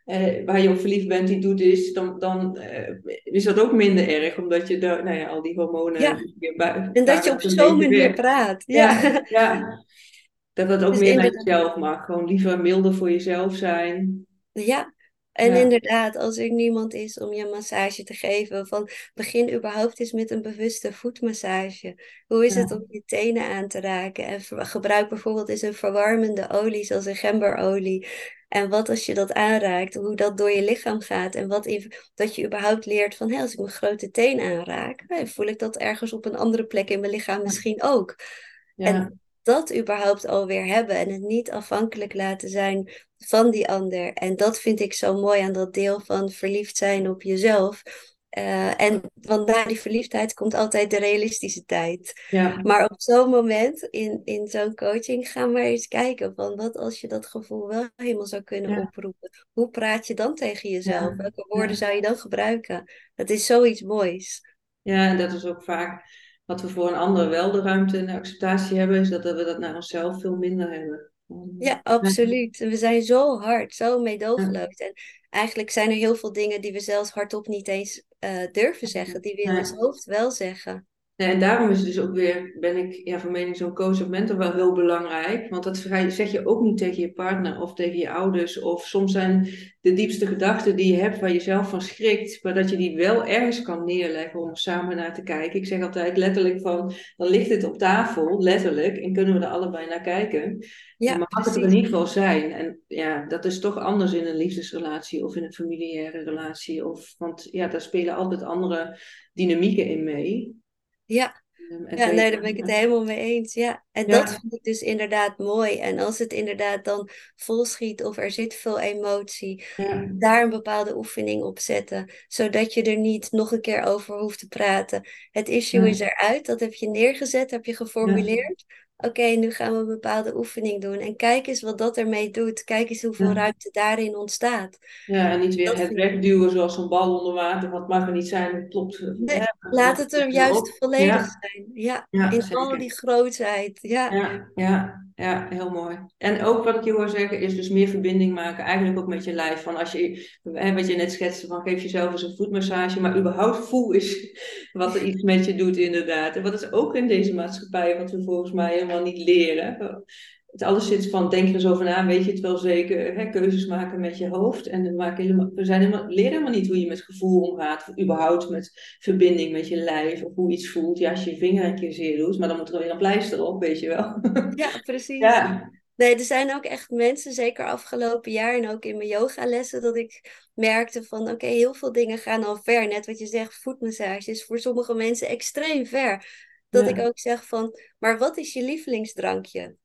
eh, waar je op verliefd bent, die doet is, dan, dan eh, is dat ook minder erg, omdat je daar, nou ja, al die hormonen Ja, die weer bui- en dat je vagen op dat een zo'n beetje manier weg. praat. Ja, Ja, ja. Dat dat ook dus meer naar inderdaad. jezelf mag. Gewoon liever milder voor jezelf zijn. Ja, en Ja, inderdaad, als er niemand is om je een massage te geven, van begin überhaupt eens met een bewuste voetmassage. Hoe is het ja, om je tenen aan te raken? En ver- gebruik bijvoorbeeld eens een verwarmende olie, zoals een gemberolie. En wat als je dat aanraakt, hoe dat door je lichaam gaat. En wat in- dat je überhaupt leert van, hé, als ik mijn grote teen aanraak, hé, voel ik dat ergens op een andere plek in mijn lichaam misschien ook. ja, En dat überhaupt alweer hebben en het niet afhankelijk laten zijn van die ander. En dat vind ik zo mooi aan dat deel van verliefd zijn op jezelf. Eh, en want na die verliefdheid komt altijd de realistische tijd. ja, Maar op zo'n moment in, in zo'n coaching, ga maar eens kijken van wat als je dat gevoel wel helemaal zou kunnen ja, oproepen. Hoe praat je dan tegen ja, jezelf? Welke woorden ja. zou je dan gebruiken? Dat is zoiets moois. Ja, en dat is ook vaak wat we voor een ander wel de ruimte en de acceptatie hebben, is dat we dat naar onszelf veel minder hebben. Ja, Ja, absoluut. En we zijn zo hard, zo ja, meedogenloos. En eigenlijk zijn er heel veel dingen die we zelfs hardop niet eens eh, durven zeggen, die we in ons ja. hoofd wel zeggen. Nee, en daarom is het dus ook weer, ben ik ja, van mening, zo'n coach of mentor wel heel belangrijk. Want dat ga je- zeg je ook niet tegen je partner of tegen je ouders. Of soms zijn de diepste gedachten die je hebt waar je zelf van schrikt, maar dat je die wel ergens kan neerleggen om er samen naar te kijken. Ik zeg altijd letterlijk van, dan ligt het op tafel, letterlijk, en kunnen we er allebei naar kijken. En Ja, maar mag het er in precies. ieder geval zijn. En ja, dat is toch anders in een liefdesrelatie of in een familiaire relatie. Of, want ja, daar spelen altijd andere dynamieken in mee. Ja. Ehm, en Ja, ben nee, daar ben ik het je, helemaal mee eens. Ja, en dat ja, vind ik dus inderdaad mooi. En als het inderdaad dan volschiet of er zit veel emotie, ja, daar een bepaalde oefening op zetten, zodat je er niet nog een keer over hoeft te praten. Het issue is ja, eruit, dat heb je neergezet, heb je ja, geformuleerd. Oké, nu gaan we een bepaalde oefening doen. En kijk eens wat dat ermee doet. Kijk eens hoeveel ja. ruimte daarin ontstaat. Ja, en niet weer Dat het vind ik. wegduwen zoals een bal onder water. Wat mag er niet zijn, dat klopt. Hè, Nee, laat het er maar juist op. volledig Ja, zijn. Ja, ja, in al zeker. die grootheid. Ja, Ja, ja, ja, heel mooi. En ook wat ik je hoor zeggen is dus meer verbinding maken, eigenlijk ook met je lijf. Van als je, hè, wat je net schetste, van geef jezelf eens een voetmassage, maar überhaupt voel eens wat er iets met je doet inderdaad. En wat is ook in deze maatschappij, wat we volgens mij helemaal niet leren. Het alles zit van, denk er eens over na, weet je het wel zeker, hè, keuzes maken met je hoofd. En we, maken helemaal, we zijn helemaal, leren helemaal niet hoe je met gevoel omgaat, of überhaupt met verbinding met je lijf, of hoe iets voelt. Ja, als je je vinger een keer zeer doet, maar dan moet er weer een pleister op, weet je wel. ja, precies. Ja, Nee, er zijn ook echt mensen, zeker afgelopen jaar en ook in mijn yogalessen, dat ik merkte van oké, heel veel dingen gaan al ver. Net wat je zegt, voetmassage is voor sommige mensen extreem ver. Dat ik ja, ook zeg van, maar wat is je lievelingsdrankje?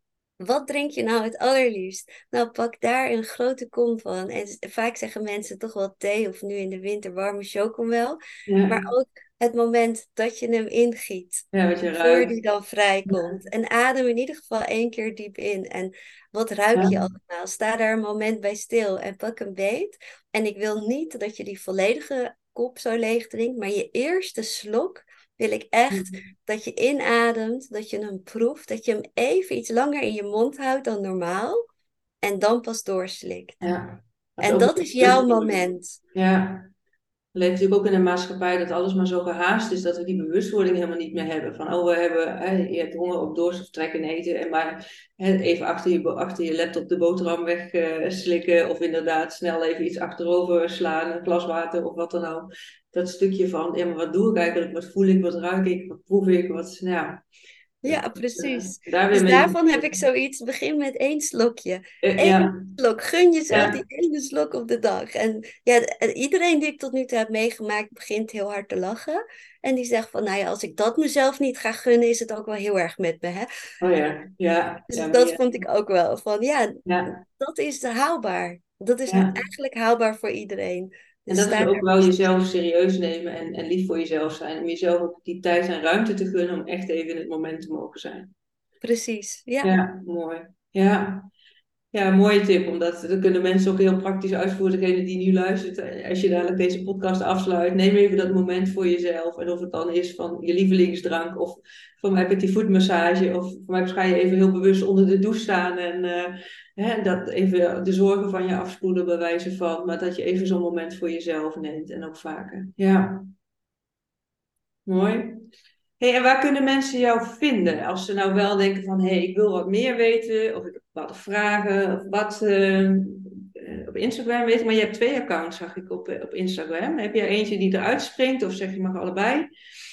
Wat drink je nou het allerliefst? Nou, pak daar een grote kom van. En s- vaak zeggen mensen toch wel thee of nu in de winter warme chocomel. Maar ja, ook het moment dat je hem ingiet. ja, wat je Die geur ruikt. die dan Ja, vrijkomt. En adem in ieder geval één keer diep in. En wat ruik je ja, allemaal? Sta daar een moment bij stil en pak een beet. En ik wil niet dat je die volledige kop zo leeg drinkt. Maar je eerste slok wil ik echt dat je inademt, dat je hem proeft, dat je hem even iets langer in je mond houdt dan normaal en dan pas doorslikt. ja. Dat is En ook dat weer is jouw bewustwording. moment. Ja. We leven natuurlijk ook in een maatschappij dat alles maar zo gehaast is dat we die bewustwording helemaal niet meer hebben. Van, oh, we hebben, hè, je hebt honger op dorst of trek in eten. En maar hè, even achter je, achter je laptop de boterham wegslikken. slikken of inderdaad snel even iets achterover slaan, een glas water of wat dan ook. Dat stukje van, ja, maar wat doe ik eigenlijk? Wat voel ik? Wat ruik ik? Wat proef ik? Wat, nou ja, dat, Ja, eh, precies. daar weer Dus mee. daarvan heb ik zoiets. Begin met één slokje. eh, Eén ja, slok. Gun jezelf die ja, ene slok op de dag. En ja, d- en iedereen die ik tot nu toe heb meegemaakt, begint heel hard te lachen. En die zegt van, nou ja, als ik dat mezelf niet ga gunnen, is het ook wel heel erg met me, hè? oh ja, ja, ja, Dus maar dat ja, vond ik ook wel. Van ja, ja. dat is haalbaar. Dat is ha- Ja. eigenlijk haalbaar voor iedereen. En Dus dat is sta ook daar wel maar jezelf serieus nemen en, en lief voor jezelf zijn. Om jezelf ook die tijd en ruimte te gunnen om echt even in het moment te mogen zijn. precies. Ja, Ja, mooi. Ja, ja, mooie tip. Omdat dat kunnen mensen ook heel praktisch uitvoeren. Degene die nu luistert, eh, als je dadelijk deze podcast afsluit, neem even dat moment voor jezelf. En of het dan is van je lievelingsdrank of voor mij met die voetmassage. Of voor mij ga je even heel bewust onder de douche staan en... eh, hè, dat even de zorgen van je afspoelen bij wijze van, maar dat je even zo'n moment voor jezelf neemt en ook vaker. Ja, mooi. Hey, en waar kunnen mensen jou vinden als ze nou wel denken van, hé, hey, ik wil wat meer weten, of ik heb bepaalde vragen, of wat eh, eh, op Instagram weten, maar je hebt twee accounts, zag ik op, eh, op Instagram. Heb je er eentje die eruit springt, of zeg je mag allebei?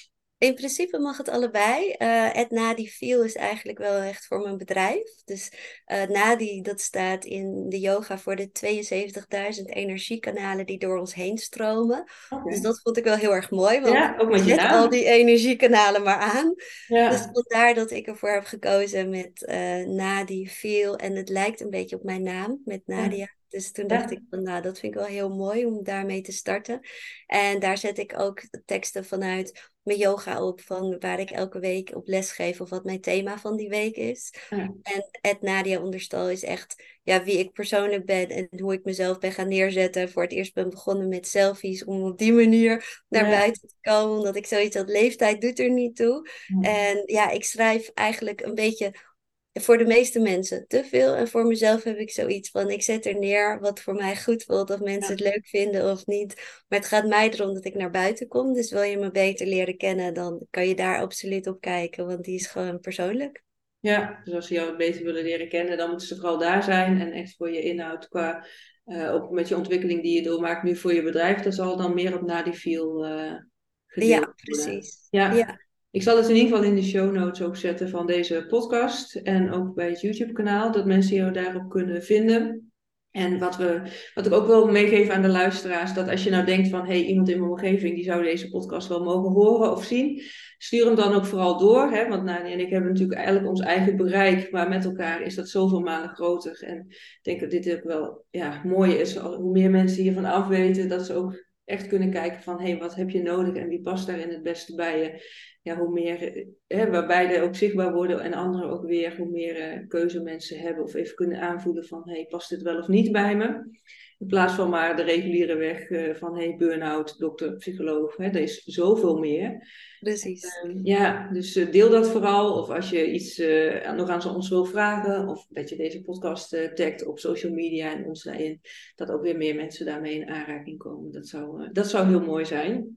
In principe mag het allebei. Eh het Nadi Feel is eigenlijk wel echt voor mijn bedrijf. Dus eh Nadi, dat staat in de yoga voor de tweeënzeventigduizend energiekanalen die door ons heen stromen. Dus Oké. dat vond ik wel heel erg mooi, want Ja, ook met je zet al naam. die energiekanalen maar aan. Dus Ja. vandaar dat ik ervoor heb gekozen met eh Nadi Feel. En het lijkt een beetje op mijn naam, met Ja. Nadia. Dus toen dacht Ja. ik van, nou, dat vind ik wel heel mooi om daarmee te starten. En daar zet ik ook teksten vanuit mijn yoga op, van waar ik elke week op les geef of wat mijn thema van die week is. Ja. En het Nadia Onderstal is echt ja, wie ik persoonlijk ben en hoe ik mezelf ben gaan neerzetten. Voor het eerst ben begonnen met selfies om op die manier naar Ja. buiten te komen, omdat ik zoiets had, leeftijd doet er niet toe. En ja, ik schrijf eigenlijk een beetje voor de meeste mensen te veel. En voor mezelf heb ik zoiets van, ik zet er neer wat voor mij goed voelt, of mensen Ja. het leuk vinden of niet. Maar het gaat mij erom dat ik naar buiten kom. Dus wil je me beter leren kennen, dan kan je daar absoluut op kijken, want die is gewoon persoonlijk. Ja, dus als ze jou beter willen leren kennen, dan moeten ze vooral daar zijn en echt voor je inhoud qua, eh, ook met je ontwikkeling die je doormaakt nu voor je bedrijf, dat zal dan meer op Nadifiel eh gedeeld Ja, worden. precies. Ja, Ja, ik zal het in ieder geval in de show notes ook zetten van deze podcast en ook bij het YouTube kanaal, dat mensen jou daarop kunnen vinden. En wat, we, wat ik ook wil meegeven aan de luisteraars, dat als je nou denkt van, hé, hey, iemand in mijn omgeving die zou deze podcast wel mogen horen of zien, stuur hem dan ook vooral door. Hè? Want Nadia en ik hebben natuurlijk eigenlijk ons eigen bereik, maar met elkaar is dat zoveel malen groter. En ik denk dat dit ook wel ja, mooi is, hoe meer mensen hiervan afweten, dat ze ook echt kunnen kijken van, hé, hey, wat heb je nodig en wie past daarin het beste bij je. Ja, hoe meer, hè, waar beide ook zichtbaar worden en anderen ook weer, hoe meer uh, keuze mensen hebben of even kunnen aanvoelen van, hé, hey, past dit wel of niet bij me? In plaats van maar de reguliere weg uh, van, hé, hey, burn-out, dokter, psycholoog, hè, er is zoveel meer. precies. Uh, ja, dus uh, deel dat vooral. Of als je iets uh, nog aan ons wil vragen, of dat je deze podcast uh, tagt op social media en ons daarin, dat ook weer meer mensen daarmee in aanraking komen. Dat zou, uh, dat zou heel mooi zijn.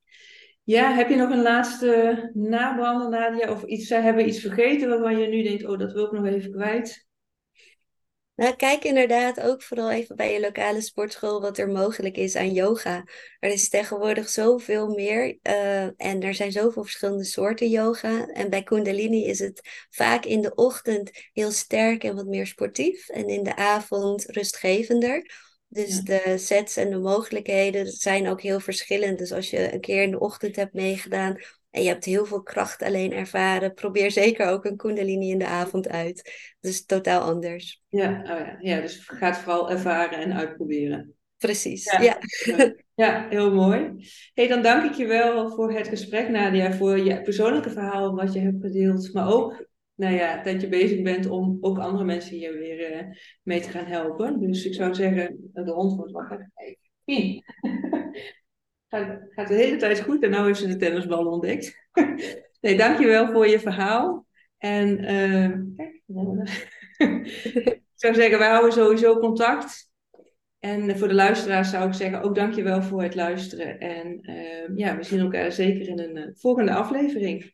Ja, heb je nog een laatste nabrander, Nadia? Of iets, zij hebben iets vergeten waarvan je nu denkt, oh, dat wil ik nog even kwijt? Nou, kijk inderdaad ook vooral even bij je lokale sportschool wat er mogelijk is aan yoga. Er is tegenwoordig zoveel meer uh, en er zijn zoveel verschillende soorten yoga. En bij Kundalini is het vaak in de ochtend heel sterk en wat meer sportief en in de avond rustgevender. Dus Ja, de sets en de mogelijkheden zijn ook heel verschillend. Dus als je een keer in de ochtend hebt meegedaan en je hebt heel veel kracht alleen ervaren, probeer zeker ook een Kundalini in de avond uit. Dus totaal anders. ja, oh ja. Ja, dus ga het vooral ervaren en uitproberen. Precies, Ja, ja. ja, ja, heel mooi. Hey, dan dank ik je wel voor het gesprek, Nadia, voor je persoonlijke verhaal wat je hebt gedeeld, maar ook, nou ja, dat je bezig bent om ook andere mensen hier weer eh, mee te gaan helpen. Dus ik zou zeggen, de hond wordt wakker. Hey, Pien. Gaat, gaat de hele tijd goed en nu heeft ze de tennisbal ontdekt. Nee, dankjewel voor je verhaal. En eh, kijk, ik zou zeggen, wij houden sowieso contact. En voor de luisteraars zou ik zeggen, ook dankjewel voor het luisteren. En eh, ja, we zien elkaar zeker in een eh, volgende aflevering.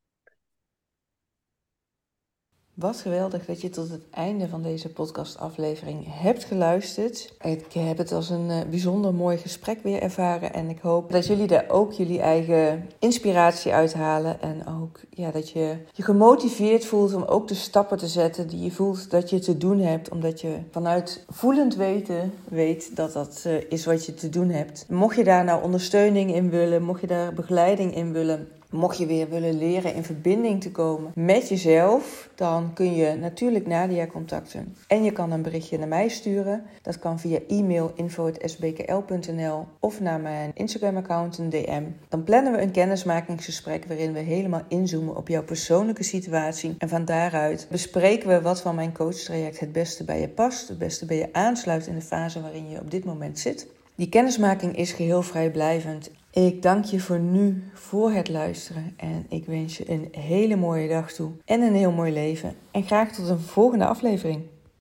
Wat geweldig dat je tot het einde van deze podcastaflevering hebt geluisterd. Ik heb het als een uh, bijzonder mooi gesprek weer ervaren. En ik hoop dat jullie daar ook jullie eigen inspiratie uithalen. En ook ja, dat je je gemotiveerd voelt om ook de stappen te zetten die je voelt dat je te doen hebt. Omdat je vanuit voelend weten weet dat dat uh, is wat je te doen hebt. Mocht je daar nou ondersteuning in willen, mocht je daar begeleiding in willen... Mocht je weer willen leren in verbinding te komen met jezelf, dan kun je natuurlijk Nadia contacten. En je kan een berichtje naar mij sturen. Dat kan via e-mail info at s b k l punt n l of naar mijn Instagram-account een D M. Dan plannen we een kennismakingsgesprek waarin we helemaal inzoomen op jouw persoonlijke situatie. En van daaruit bespreken we wat van mijn coachtraject het beste bij je past, het beste bij je aansluit in de fase waarin je op dit moment zit. Die kennismaking is geheel vrijblijvend. Ik dank je voor nu voor het luisteren en ik wens je een hele mooie dag toe en een heel mooi leven. En graag tot een volgende aflevering.